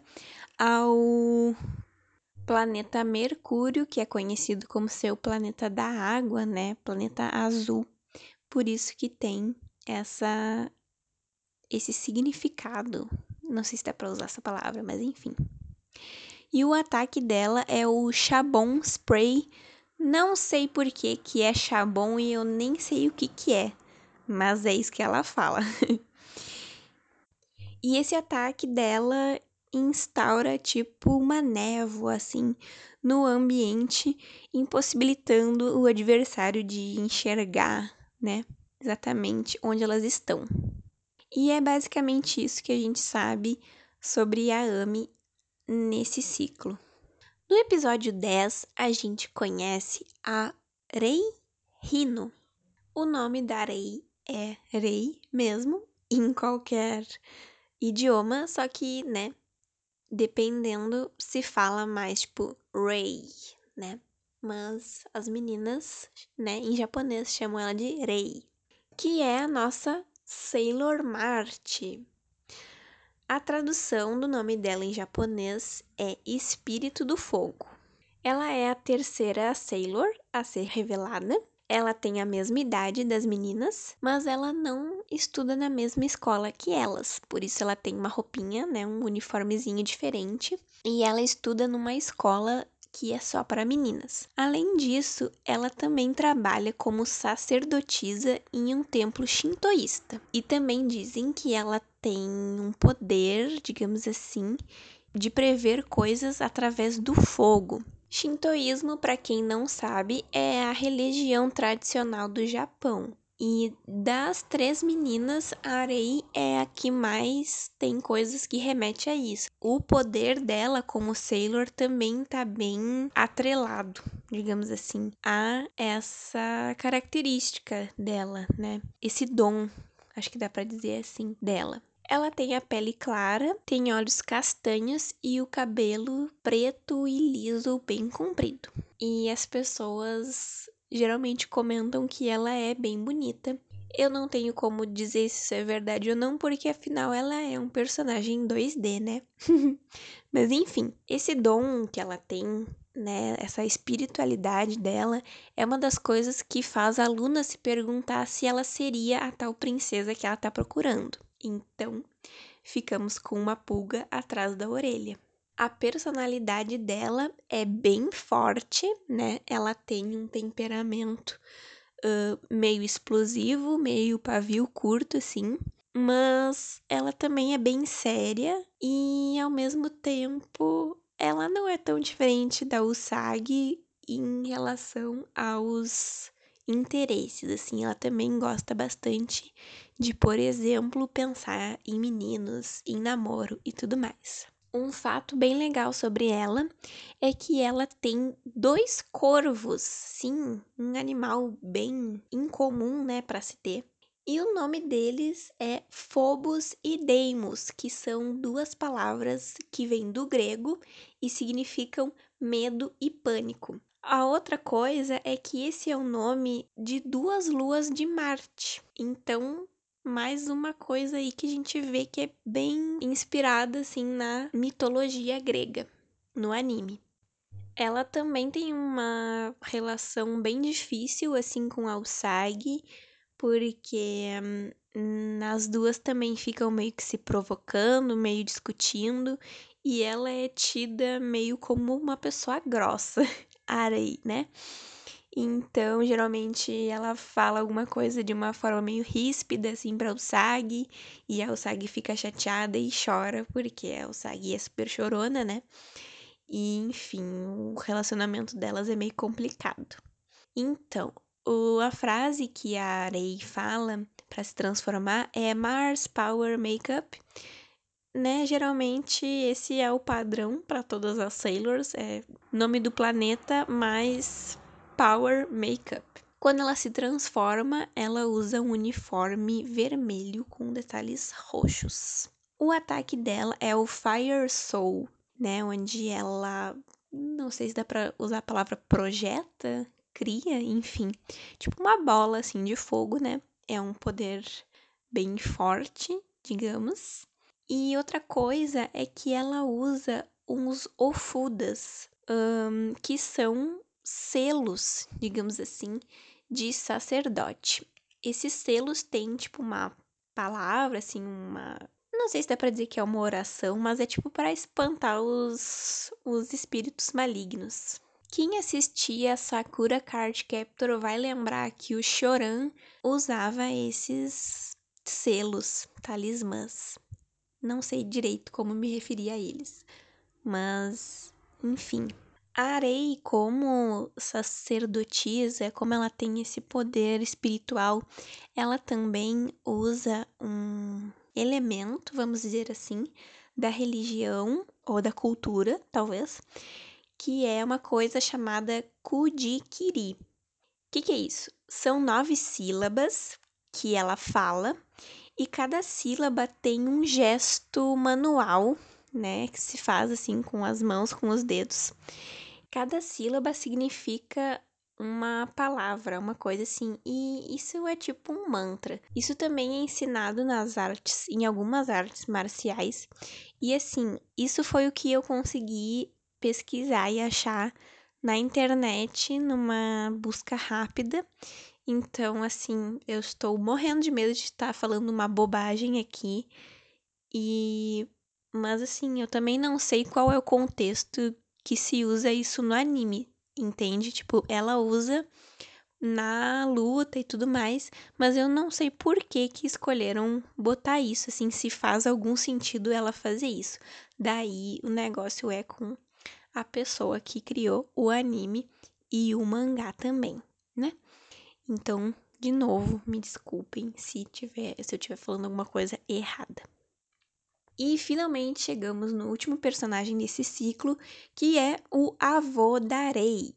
ao planeta Mercúrio, que é conhecido como seu planeta da água, né? Planeta azul. Por isso que tem esse significado. Não sei se dá para usar essa palavra, mas enfim. E o ataque dela é o Shabon Spray. Não sei por que é Shabon e eu nem sei o que é, mas é isso que ela fala. E esse ataque dela instaura tipo uma névoa assim no ambiente, impossibilitando o adversário de enxergar, né, exatamente onde elas estão. E é basicamente isso que a gente sabe sobre a Ami nesse ciclo. No episódio 10, a gente conhece a Rei Hino. O nome da Rei é Rei mesmo, em qualquer idioma, só que, né, dependendo se fala mais tipo Rei, né? Mas as meninas, né, em japonês chamam ela de Rei, que é a nossa Sailor Mart. A tradução do nome dela em japonês é Espírito do Fogo. Ela é a terceira Sailor a ser revelada. Ela tem a mesma idade das meninas, mas ela não estuda na mesma escola que elas. Por isso ela tem uma roupinha, né, um uniformezinho diferente. E ela estuda numa escola que é só para meninas. Além disso, ela também trabalha como sacerdotisa em um templo shintoísta. E também dizem que ela tem um poder, digamos assim, de prever coisas através do fogo. Shintoísmo, para quem não sabe, é a religião tradicional do Japão. E das três meninas, a Arei é a que mais tem coisas que remete a isso. O poder dela como Sailor também tá bem atrelado, digamos assim, a essa característica dela, né? Esse dom, acho que dá para dizer assim, dela. Ela tem a pele clara, tem olhos castanhos e o cabelo preto e liso, bem comprido. E as pessoas geralmente comentam que ela é bem bonita. Eu não tenho como dizer se isso é verdade ou não, porque afinal ela é um personagem 2D, né? Mas enfim, esse dom que ela tem, né, essa espiritualidade dela, é uma das coisas que faz a Luna se perguntar se ela seria a tal princesa que ela tá procurando. Então, ficamos com uma pulga atrás da orelha. A personalidade dela é bem forte, né? Ela tem um temperamento meio explosivo, meio pavio curto, assim. Mas ela também é bem séria e, ao mesmo tempo, ela não é tão diferente da Usagi em relação aos interesses, assim. Ela também gosta bastante de, por exemplo, pensar em meninos, em namoro e tudo mais. Um fato bem legal sobre ela é que ela tem dois corvos, sim, um animal bem incomum, né, para se ter. E o nome deles é Phobos e Deimos, que são duas palavras que vêm do grego e significam medo e pânico. A outra coisa é que esse é o nome de duas luas de Marte. Então, mais uma coisa aí que a gente vê que é bem inspirada assim na mitologia grega, no anime. Ela também tem uma relação bem difícil assim com a Usagi, porque as duas também ficam meio que se provocando, meio discutindo, e ela é tida meio como uma pessoa grossa, Arei, né? Então, geralmente ela fala alguma coisa de uma forma meio ríspida assim pra Usagi, e a Usagi fica chateada e chora, porque a Usagi é super chorona, né? E, enfim, o relacionamento delas é meio complicado. Então, a frase que a Arei fala para se transformar é Mars Power Makeup, né? Geralmente esse é o padrão para todas as Sailors, é nome do planeta mais Power Makeup. Quando ela se transforma, ela usa um uniforme vermelho com detalhes roxos. O ataque dela é o Fire Soul, né? Onde ela, não sei se dá pra usar a palavra projeta, cria, enfim, tipo uma bola assim de fogo, né? É um poder bem forte, digamos. E outra coisa é que ela usa uns ofudas, que são selos, digamos assim, de sacerdote. Esses selos têm tipo uma palavra, assim, uma não sei se dá pra dizer que é uma oração, mas é tipo para espantar os espíritos malignos. Quem assistia Sakura Card Captor vai lembrar que o Choran usava esses selos, talismãs. Não sei direito como me referir a eles, mas enfim. A Arei, como sacerdotisa, como ela tem esse poder espiritual, ela também usa um elemento, vamos dizer assim, da religião ou da cultura, talvez, que é uma coisa chamada Kudikiri. O que é isso? São 9 sílabas que ela fala e cada sílaba tem um gesto manual, né, que se faz assim com as mãos, com os dedos. Cada sílaba significa uma palavra, uma coisa assim, e isso é tipo um mantra. Isso também é ensinado nas artes, em algumas artes marciais. E assim, isso foi o que eu consegui pesquisar e achar na internet numa busca rápida. Então, assim, eu estou morrendo de medo de estar falando uma bobagem aqui. Mas assim, eu também não sei qual é o contexto que se usa isso no anime, entende? Tipo, ela usa na luta e tudo mais, mas eu não sei por que que escolheram botar isso, assim, se faz algum sentido ela fazer isso. Daí o negócio é com a pessoa que criou o anime e o mangá também, né? Então, de novo, me desculpem se eu estiver falando alguma coisa errada. E finalmente chegamos no último personagem desse ciclo, que é o avô da Rei.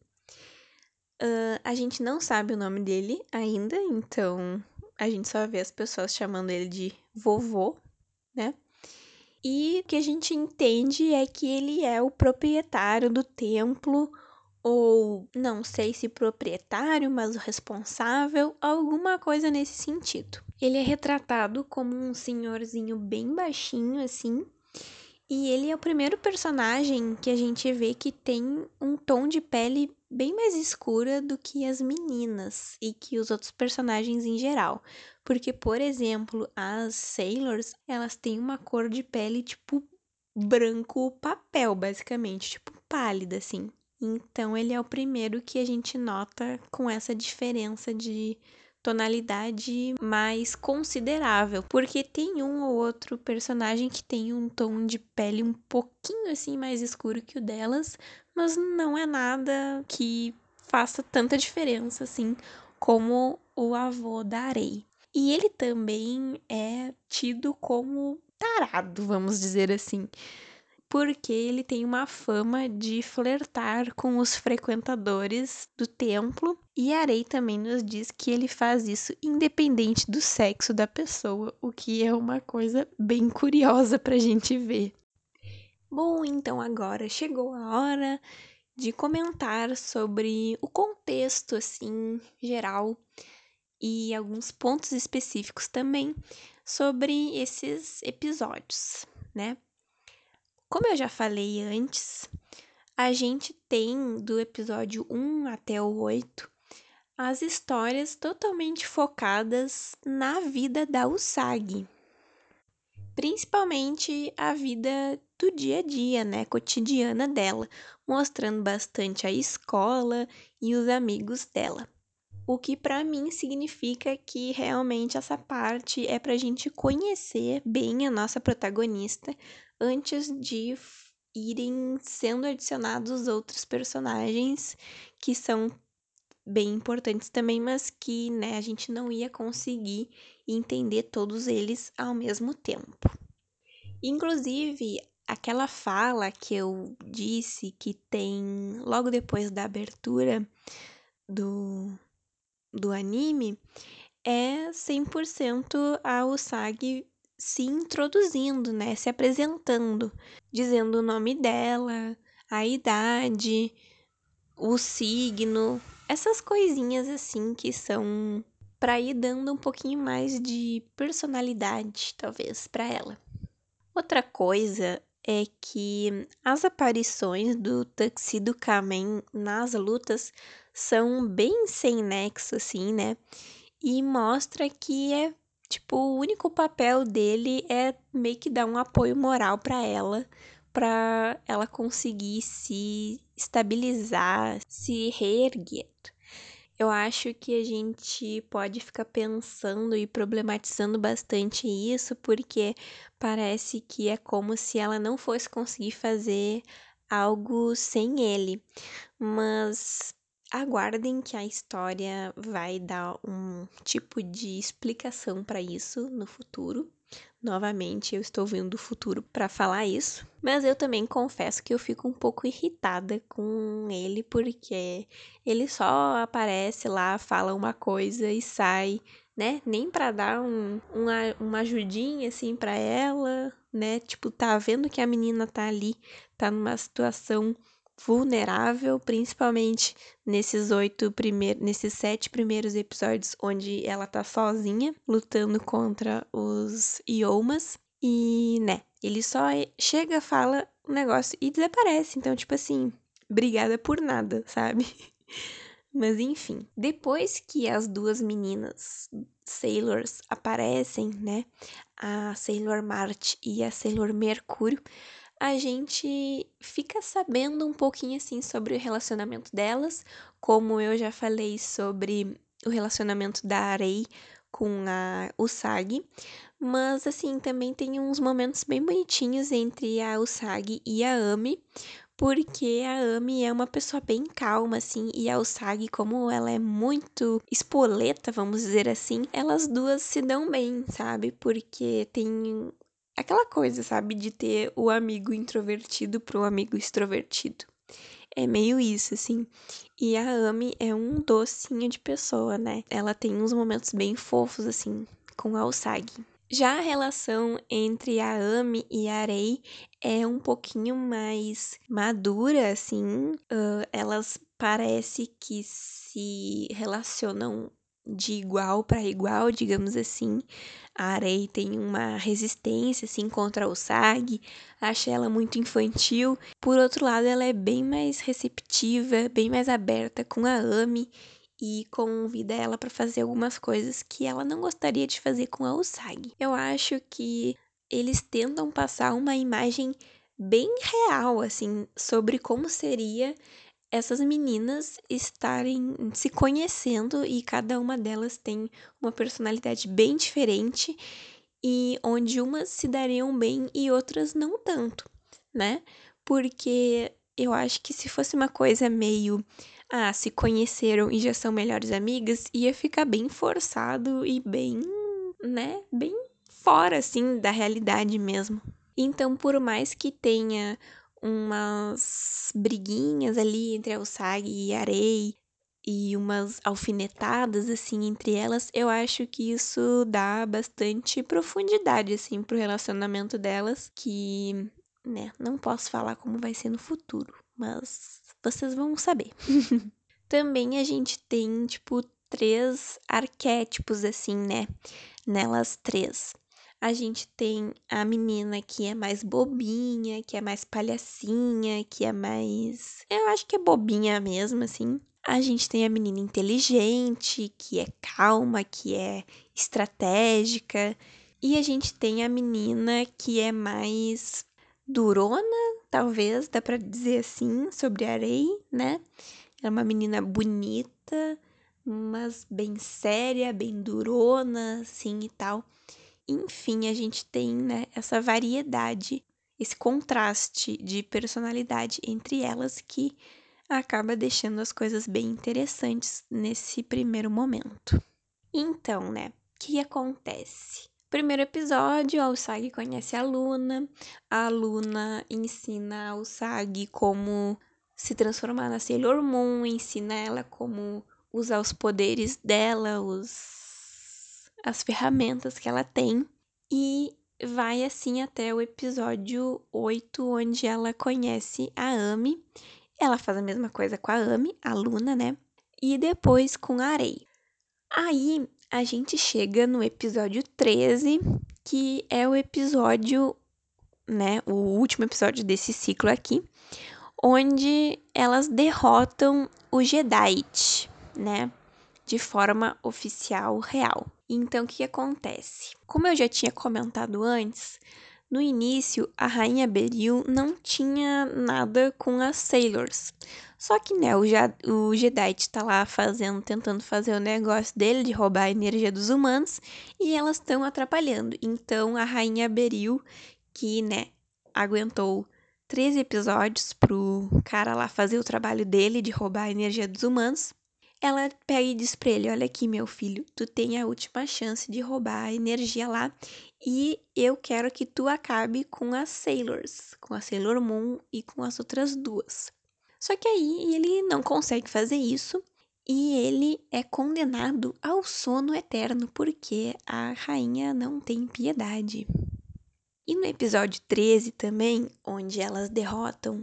A gente não sabe o nome dele ainda, então a gente só vê as pessoas chamando ele de vovô, né? E o que a gente entende é que ele é o proprietário do templo, ou não sei se proprietário, mas o responsável, alguma coisa nesse sentido. Ele é retratado como um senhorzinho bem baixinho, assim, e ele é o primeiro personagem que a gente vê que tem um tom de pele bem mais escura do que as meninas e que os outros personagens em geral. Porque, por exemplo, as Sailors, elas têm uma cor de pele tipo branco papel, basicamente, tipo pálida, assim. Então, ele é o primeiro que a gente nota com essa diferença de tonalidade mais considerável, porque tem um ou outro personagem que tem um tom de pele um pouquinho assim mais escuro que o delas, mas não é nada que faça tanta diferença assim como o avô da Arei. E ele também é tido como tarado, vamos dizer assim, porque ele tem uma fama de flertar com os frequentadores do templo, e Arei também nos diz que ele faz isso independente do sexo da pessoa, o que é uma coisa bem curiosa pra gente ver. Bom, então agora chegou a hora de comentar sobre o contexto assim geral e alguns pontos específicos também sobre esses episódios, né? Como eu já falei antes, a gente tem do episódio 1 até o 8 as histórias totalmente focadas na vida da Usagi, principalmente a vida do dia a dia, né, cotidiana dela, mostrando bastante a escola e os amigos dela. O que para mim significa que realmente essa parte é para a gente conhecer bem a nossa protagonista antes de irem sendo adicionados outros personagens que são bem importantes também, mas que, né, a gente não ia conseguir entender todos eles ao mesmo tempo. Inclusive, aquela fala que eu disse que tem logo depois da abertura do anime é 100% a Usagi se introduzindo, né? Se apresentando, dizendo o nome dela, a idade, o signo, essas coisinhas assim que são para ir dando um pouquinho mais de personalidade, talvez, para ela. Outra coisa é que as aparições do Tuxedo Kamen nas lutas são bem sem nexo, assim, né? E mostra que é Tipo, o único papel dele é meio que dar um apoio moral pra ela conseguir se estabilizar, se reerguer. Eu acho que a gente pode ficar pensando e problematizando bastante isso, porque parece que é como se ela não fosse conseguir fazer algo sem ele. Mas aguardem que a história vai dar um tipo de explicação para isso no futuro. Novamente, eu estou vindo do futuro para falar isso, mas eu também confesso que eu fico um pouco irritada com ele porque ele só aparece lá, fala uma coisa e sai, né? Nem para dar uma ajudinha assim para ela, né? Tipo, tá vendo que a menina tá ali, tá numa situação vulnerável, principalmente nesses 7 primeiros episódios onde ela tá sozinha lutando contra os Iomas e, né, ele só chega, fala um negócio e desaparece. Então, tipo assim, obrigada por nada, sabe? Mas enfim, depois que as duas meninas Sailors aparecem, né, a Sailor Marte e a Sailor Mercúrio, a gente fica sabendo um pouquinho assim sobre o relacionamento delas, como eu já falei sobre o relacionamento da Arei com a Usagi, mas assim, também tem uns momentos bem bonitinhos entre a Usagi e a Ami, porque a Ami é uma pessoa bem calma, assim, e a Usagi, como ela é muito espoleta, vamos dizer assim, elas duas se dão bem, sabe? Porque tem aquela coisa, sabe, de ter o amigo introvertido pro amigo extrovertido. É meio isso, assim. E a Ami é um docinho de pessoa, né? Ela tem uns momentos bem fofos, assim, com a Usagi. Já a relação entre a Ami e a Rei é um pouquinho mais madura, assim. Elas parece que se relacionam de igual para igual, digamos assim. A Arei tem uma resistência, assim, contra o Sag, acha ela muito infantil. Por outro lado, ela é bem mais receptiva, bem mais aberta com a Ami e convida ela para fazer algumas coisas que ela não gostaria de fazer com a Usagi. Eu acho que eles tentam passar uma imagem bem real, assim, sobre como seria essas meninas estarem se conhecendo e cada uma delas tem uma personalidade bem diferente e onde umas se dariam bem e outras não tanto, né? Porque eu acho que se fosse uma coisa meio, se conheceram e já são melhores amigas, ia ficar bem forçado e bem, né, bem fora assim da realidade mesmo. Então, por mais que tenha umas briguinhas ali entre a Usagi e a Rei e umas alfinetadas assim entre elas, eu acho que isso dá bastante profundidade assim pro relacionamento delas, que, né, não posso falar como vai ser no futuro, mas vocês vão saber. Também a gente tem, tipo, 3 arquétipos assim, né, nelas três. A gente tem a menina que é mais bobinha, que é mais palhacinha, que é mais. Eu acho que é bobinha mesmo, assim. A gente tem a menina inteligente, que é calma, que é estratégica. E a gente tem a menina que é mais durona, talvez, dá pra dizer assim, sobre a Rei, né? Ela é uma menina bonita, mas bem séria, bem durona, assim e tal. Enfim, a gente tem, né, essa variedade, esse contraste de personalidade entre elas que acaba deixando as coisas bem interessantes nesse primeiro momento. Então, né, o que acontece? Primeiro episódio, a Usagi conhece a Luna ensina a Usagi como se transformar na Sailor Moon, ensina ela como usar os poderes dela, as ferramentas que ela tem. E vai assim até o episódio 8, onde ela conhece a Ami. Ela faz a mesma coisa com a Ami, a Luna, né? E depois com a Arei. Aí a gente chega no episódio 13, que é o episódio, né? O último episódio desse ciclo aqui, onde elas derrotam o Jedi, né? De forma oficial real. Então, o que acontece? Como eu já tinha comentado antes, no início, a Rainha Beryl não tinha nada com as Sailors. Só que, né, o Jedi tá lá tentando fazer o negócio dele de roubar a energia dos humanos e elas estão atrapalhando. Então, a Rainha Beryl, que, né, aguentou 13 episódios pro cara lá fazer o trabalho dele de roubar a energia dos humanos, ela pega e diz pra ele: Olha aqui, meu filho, tu tem a última chance de roubar a energia lá e eu quero que tu acabe com as Sailors, com a Sailor Moon e com as outras duas. Só que aí ele não consegue fazer isso e ele é condenado ao sono eterno porque a rainha não tem piedade. E no episódio 13 também, onde elas derrotam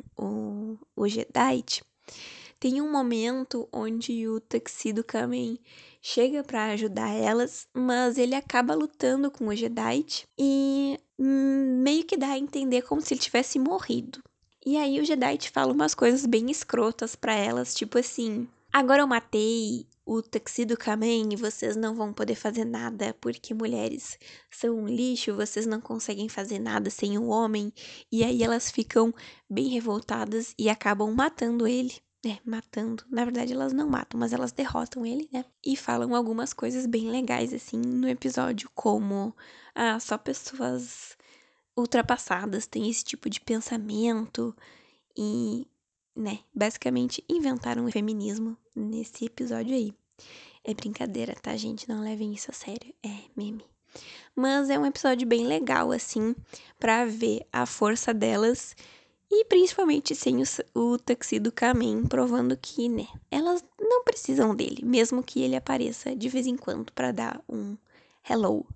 o Jedi, tem um momento onde o Tuxedo Kamen chega para ajudar elas, mas ele acaba lutando com o Jedi e meio que dá a entender como se ele tivesse morrido. E aí o Jedi fala umas coisas bem escrotas para elas, tipo assim: agora eu matei o Tuxedo Kamen e vocês não vão poder fazer nada porque mulheres são um lixo, vocês não conseguem fazer nada sem um homem. E aí elas ficam bem revoltadas e acabam matando ele. Matando. Na verdade, elas não matam, mas elas derrotam ele, né? E falam algumas coisas bem legais, assim, no episódio, como só pessoas ultrapassadas têm esse tipo de pensamento e, né, basicamente inventaram o feminismo nesse episódio aí. É brincadeira, tá, gente? Não levem isso a sério. É meme. Mas é um episódio bem legal, assim, pra ver a força delas e principalmente sem o Tuxedo Kamen provando que, né, elas não precisam dele, mesmo que ele apareça de vez em quando pra dar um hello.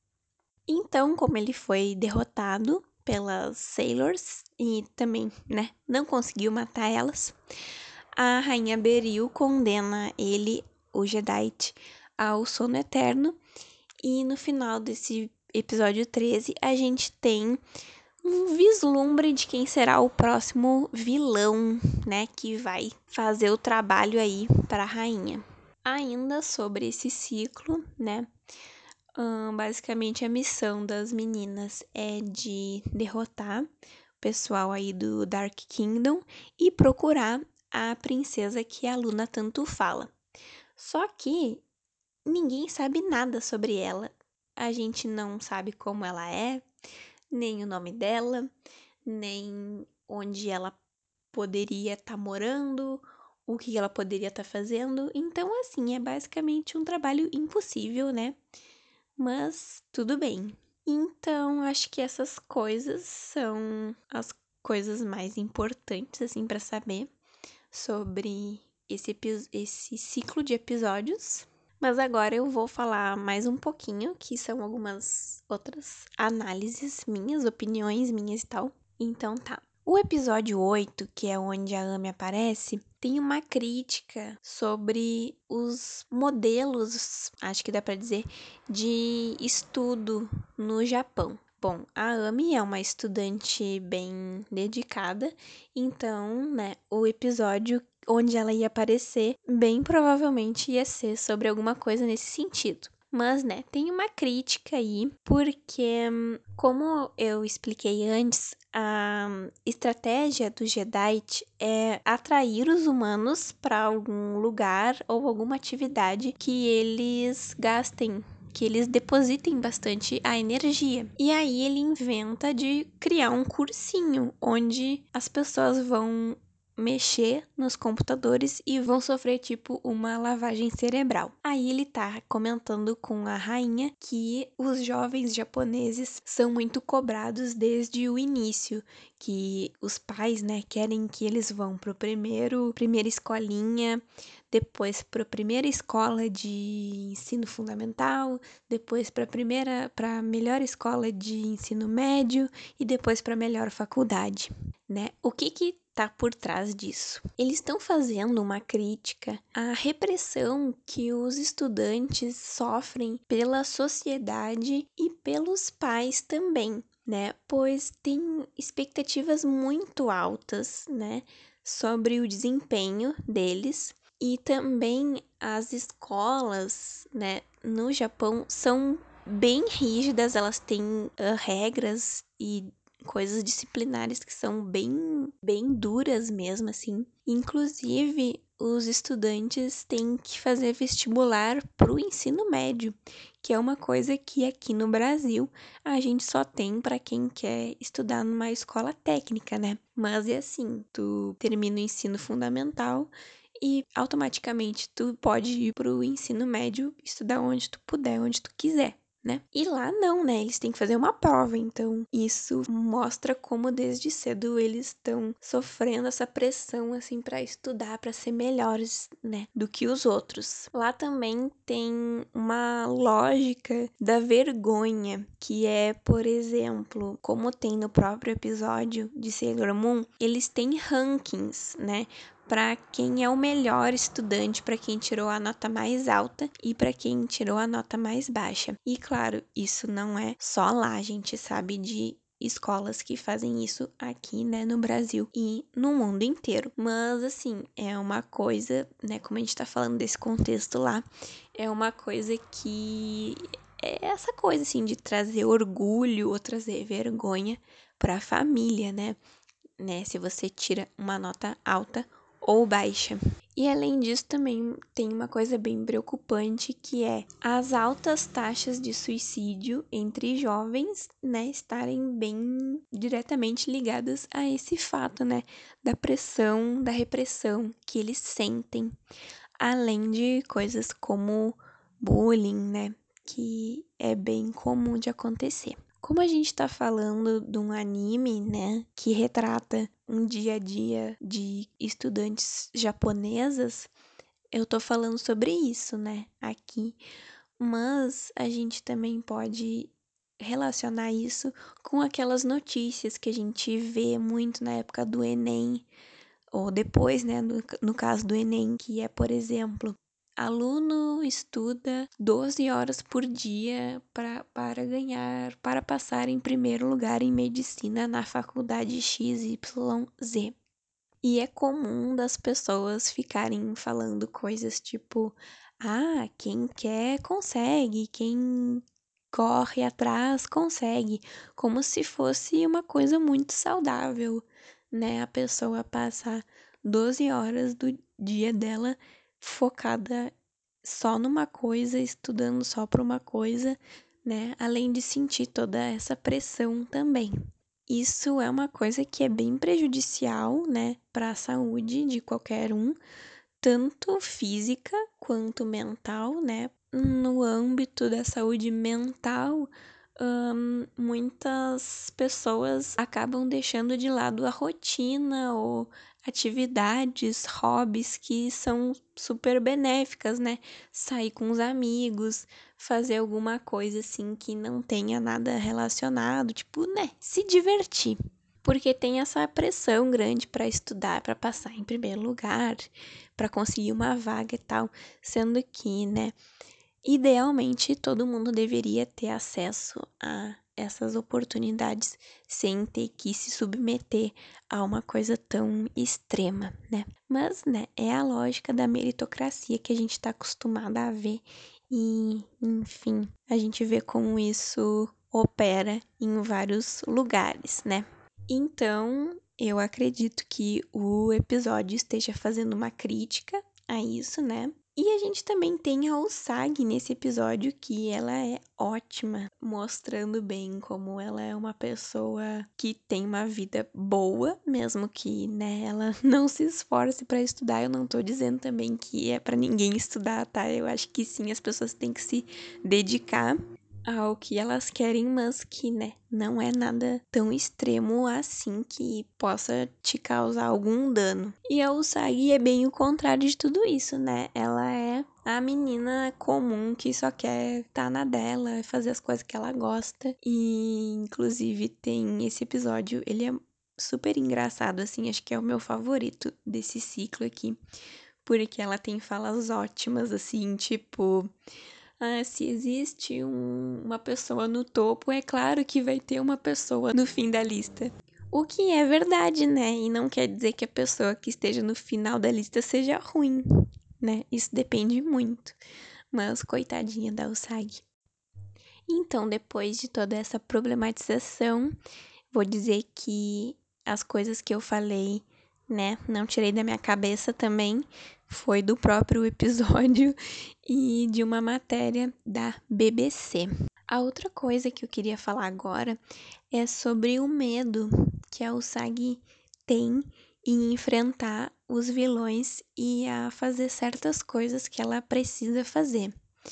Então, como ele foi derrotado pelas Sailors e também, né, não conseguiu matar elas, a Rainha Beryl condena ele, o Jedi, ao sono eterno. E no final desse episódio 13, a gente tem um vislumbre de quem será o próximo vilão, né, que vai fazer o trabalho aí para a rainha. Ainda sobre esse ciclo, né, basicamente a missão das meninas é de derrotar o pessoal aí do Dark Kingdom e procurar a princesa que a Luna tanto fala. Só que ninguém sabe nada sobre ela. A gente não sabe como ela é, nem o nome dela, nem onde ela poderia estar morando, o que ela poderia estar fazendo. Então, assim, é basicamente um trabalho impossível, né? Mas tudo bem. Então, acho que essas coisas são as coisas mais importantes, assim, para saber sobre esse ciclo de episódios. Mas agora eu vou falar mais um pouquinho, que são algumas outras análises minhas, opiniões minhas e tal. Então tá. O episódio 8, que é onde a Amy aparece, tem uma crítica sobre os modelos, acho que dá pra dizer, de estudo no Japão. Bom, a Amy é uma estudante bem dedicada, então, né, o episódio onde ela ia aparecer, bem provavelmente ia ser sobre alguma coisa nesse sentido. Mas, né, tem uma crítica aí, porque, como eu expliquei antes, a estratégia do Jedi é atrair os humanos para algum lugar ou alguma atividade que eles gastem, que eles depositem bastante a energia. E aí ele inventa de criar um cursinho onde as pessoas vão mexer nos computadores e vão sofrer tipo uma lavagem cerebral. Aí ele tá comentando com a rainha que os jovens japoneses são muito cobrados desde o início, que os pais, né, querem que eles vão pro primeira escolinha, depois para a primeira escola de ensino fundamental, depois para a melhor escola de ensino médio e depois para a melhor faculdade, né? O que tá por trás disso? Eles estão fazendo uma crítica à repressão que os estudantes sofrem pela sociedade e pelos pais também, né? Pois tem expectativas muito altas, né, sobre o desempenho deles e também as escolas, né, no Japão são bem rígidas, elas têm regras e coisas disciplinares que são bem duras mesmo, assim. Inclusive, os estudantes têm que fazer vestibular para o ensino médio, que é uma coisa que aqui no Brasil a gente só tem para quem quer estudar numa escola técnica, né? Mas é assim, tu termina o ensino fundamental e automaticamente tu pode ir pro ensino médio, estudar onde tu puder, onde tu quiser, né? E lá não, né? Eles têm que fazer uma prova, então isso mostra como desde cedo eles estão sofrendo essa pressão assim para estudar, para ser melhores, né, do que os outros. Lá também tem uma lógica da vergonha, que é, por exemplo, como tem no próprio episódio de Sailor Moon, eles têm rankings, né? Para quem é o melhor estudante, para quem tirou a nota mais alta e para quem tirou a nota mais baixa. E claro, isso não é só lá, a gente sabe de escolas que fazem isso aqui, né, no Brasil e no mundo inteiro. Mas assim, é uma coisa, né, como a gente tá falando desse contexto lá, é uma coisa que é essa coisa assim de trazer orgulho ou trazer vergonha para a família, né? Se você tira uma nota alta ou baixa. E além disso, também tem uma coisa bem preocupante que é as altas taxas de suicídio entre jovens, né, estarem bem diretamente ligadas a esse fato, né, da pressão, da repressão que eles sentem, além de coisas como bullying, né, que é bem comum de acontecer. Como a gente tá falando de um anime, né, que retrata um dia a dia de estudantes japonesas, eu tô falando sobre isso, né, aqui. Mas a gente também pode relacionar isso com aquelas notícias que a gente vê muito na época do Enem, ou depois, né, no caso do Enem, que é, por exemplo, aluno estuda 12 horas por dia para passar em primeiro lugar em medicina na faculdade XYZ. E é comum das pessoas ficarem falando coisas tipo: ah, quem quer consegue, quem corre atrás consegue, como se fosse uma coisa muito saudável, né? A pessoa passar 12 horas do dia dela focada só numa coisa, estudando só para uma coisa, né? Além de sentir toda essa pressão também. Isso é uma coisa que é bem prejudicial, né, para a saúde de qualquer um, tanto física quanto mental, né? No âmbito da saúde mental, muitas pessoas acabam deixando de lado a rotina ou atividades, hobbies que são super benéficas, né? Sair com os amigos, fazer alguma coisa assim que não tenha nada relacionado, tipo, né? Se divertir. Porque tem essa pressão grande para estudar, para passar em primeiro lugar, para conseguir uma vaga e tal, sendo que, né, idealmente todo mundo deveria ter acesso a essas oportunidades sem ter que se submeter a uma coisa tão extrema, né? Mas, né, é a lógica da meritocracia que a gente está acostumada a ver e, enfim, a gente vê como isso opera em vários lugares, né? Então, eu acredito que o episódio esteja fazendo uma crítica a isso, né? E a gente também tem a Usagi nesse episódio, que ela é ótima, mostrando bem como ela é uma pessoa que tem uma vida boa, mesmo que, né, ela não se esforce para estudar. Eu não tô dizendo também que é para ninguém estudar, tá? Eu acho que sim, as pessoas têm que se dedicar ao que elas querem, mas que, né, não é nada tão extremo assim que possa te causar algum dano. E a Usagi é bem o contrário de tudo isso, né? Ela é a menina comum que só quer estar na dela, fazer as coisas que ela gosta. E, inclusive, tem esse episódio, ele é super engraçado, assim, acho que é o meu favorito desse ciclo aqui. Porque ela tem falas ótimas, assim, tipo... Ah, se existe uma pessoa no topo, é claro que vai ter uma pessoa no fim da lista. O que é verdade, né? E não quer dizer que a pessoa que esteja no final da lista seja ruim, né? Isso depende muito. Mas coitadinha da Usagi. Então, depois de toda essa problematização, vou dizer que as coisas que eu falei, né, não tirei da minha cabeça também, foi do próprio episódio e de uma matéria da BBC. A outra coisa que eu queria falar agora é sobre o medo que a Usagi tem em enfrentar os vilões e a fazer certas coisas que ela precisa fazer.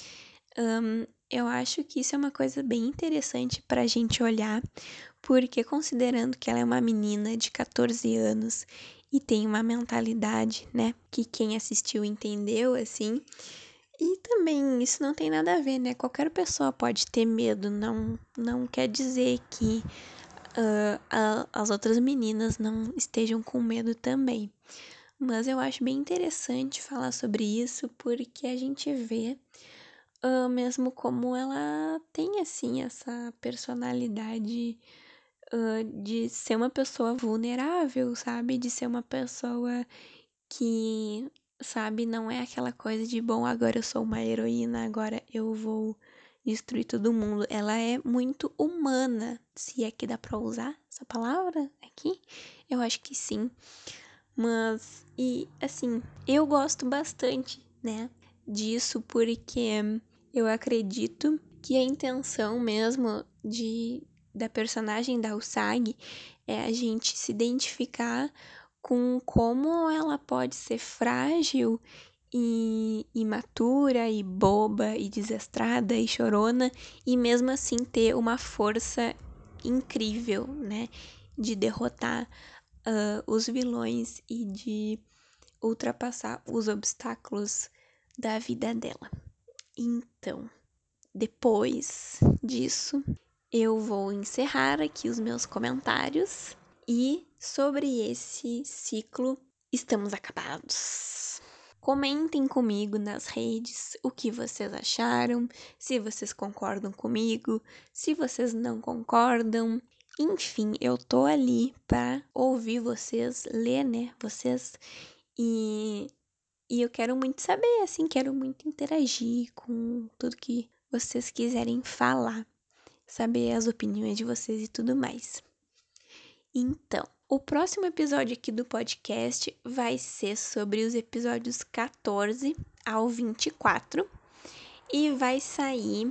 Eu acho que isso é uma coisa bem interessante pra gente olhar, porque considerando que ela é uma menina de 14 anos e tem uma mentalidade, né, que quem assistiu entendeu, assim, e também isso não tem nada a ver, né, qualquer pessoa pode ter medo, não quer dizer que as outras meninas não estejam com medo também. Mas eu acho bem interessante falar sobre isso, porque a gente vê mesmo como ela tem, assim, essa personalidade de ser uma pessoa vulnerável, sabe? De ser uma pessoa que, sabe, não é aquela coisa de, bom, agora eu sou uma heroína, agora eu vou destruir todo mundo. Ela é muito humana, se é que dá pra usar essa palavra aqui. Eu acho que sim. Mas, e assim, eu gosto bastante, né, disso, porque eu acredito que a intenção mesmo da personagem da Usagi é a gente se identificar com como ela pode ser frágil e imatura e boba e desastrada e chorona e mesmo assim ter uma força incrível, né, de derrotar os vilões e de ultrapassar os obstáculos da vida dela. Então, depois disso, eu vou encerrar aqui os meus comentários e sobre esse ciclo estamos acabados. Comentem comigo nas redes o que vocês acharam, se vocês concordam comigo, se vocês não concordam. Enfim, eu tô ali para ouvir vocês, ler, né, vocês, e, e eu quero muito saber, assim, quero muito interagir com tudo que vocês quiserem falar, saber as opiniões de vocês e tudo mais. Então, o próximo episódio aqui do podcast vai ser sobre os episódios 14 ao 24 e vai sair,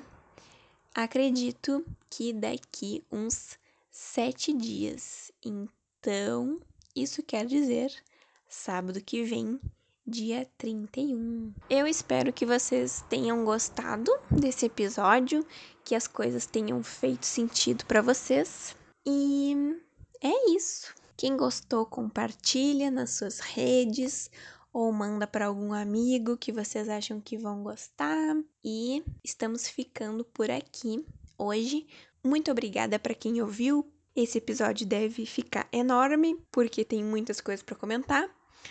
acredito que daqui uns 7 dias. Então, isso quer dizer sábado que vem, dia 31. Eu espero que vocês tenham gostado desse episódio, que as coisas tenham feito sentido para vocês. E é isso. Quem gostou, compartilha nas suas redes ou manda para algum amigo que vocês acham que vão gostar. E estamos ficando por aqui hoje. Muito obrigada para quem ouviu. Esse episódio deve ficar enorme porque tem muitas coisas para comentar.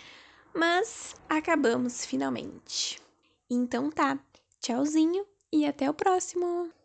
Mas acabamos finalmente. Então tá, tchauzinho e até o próximo!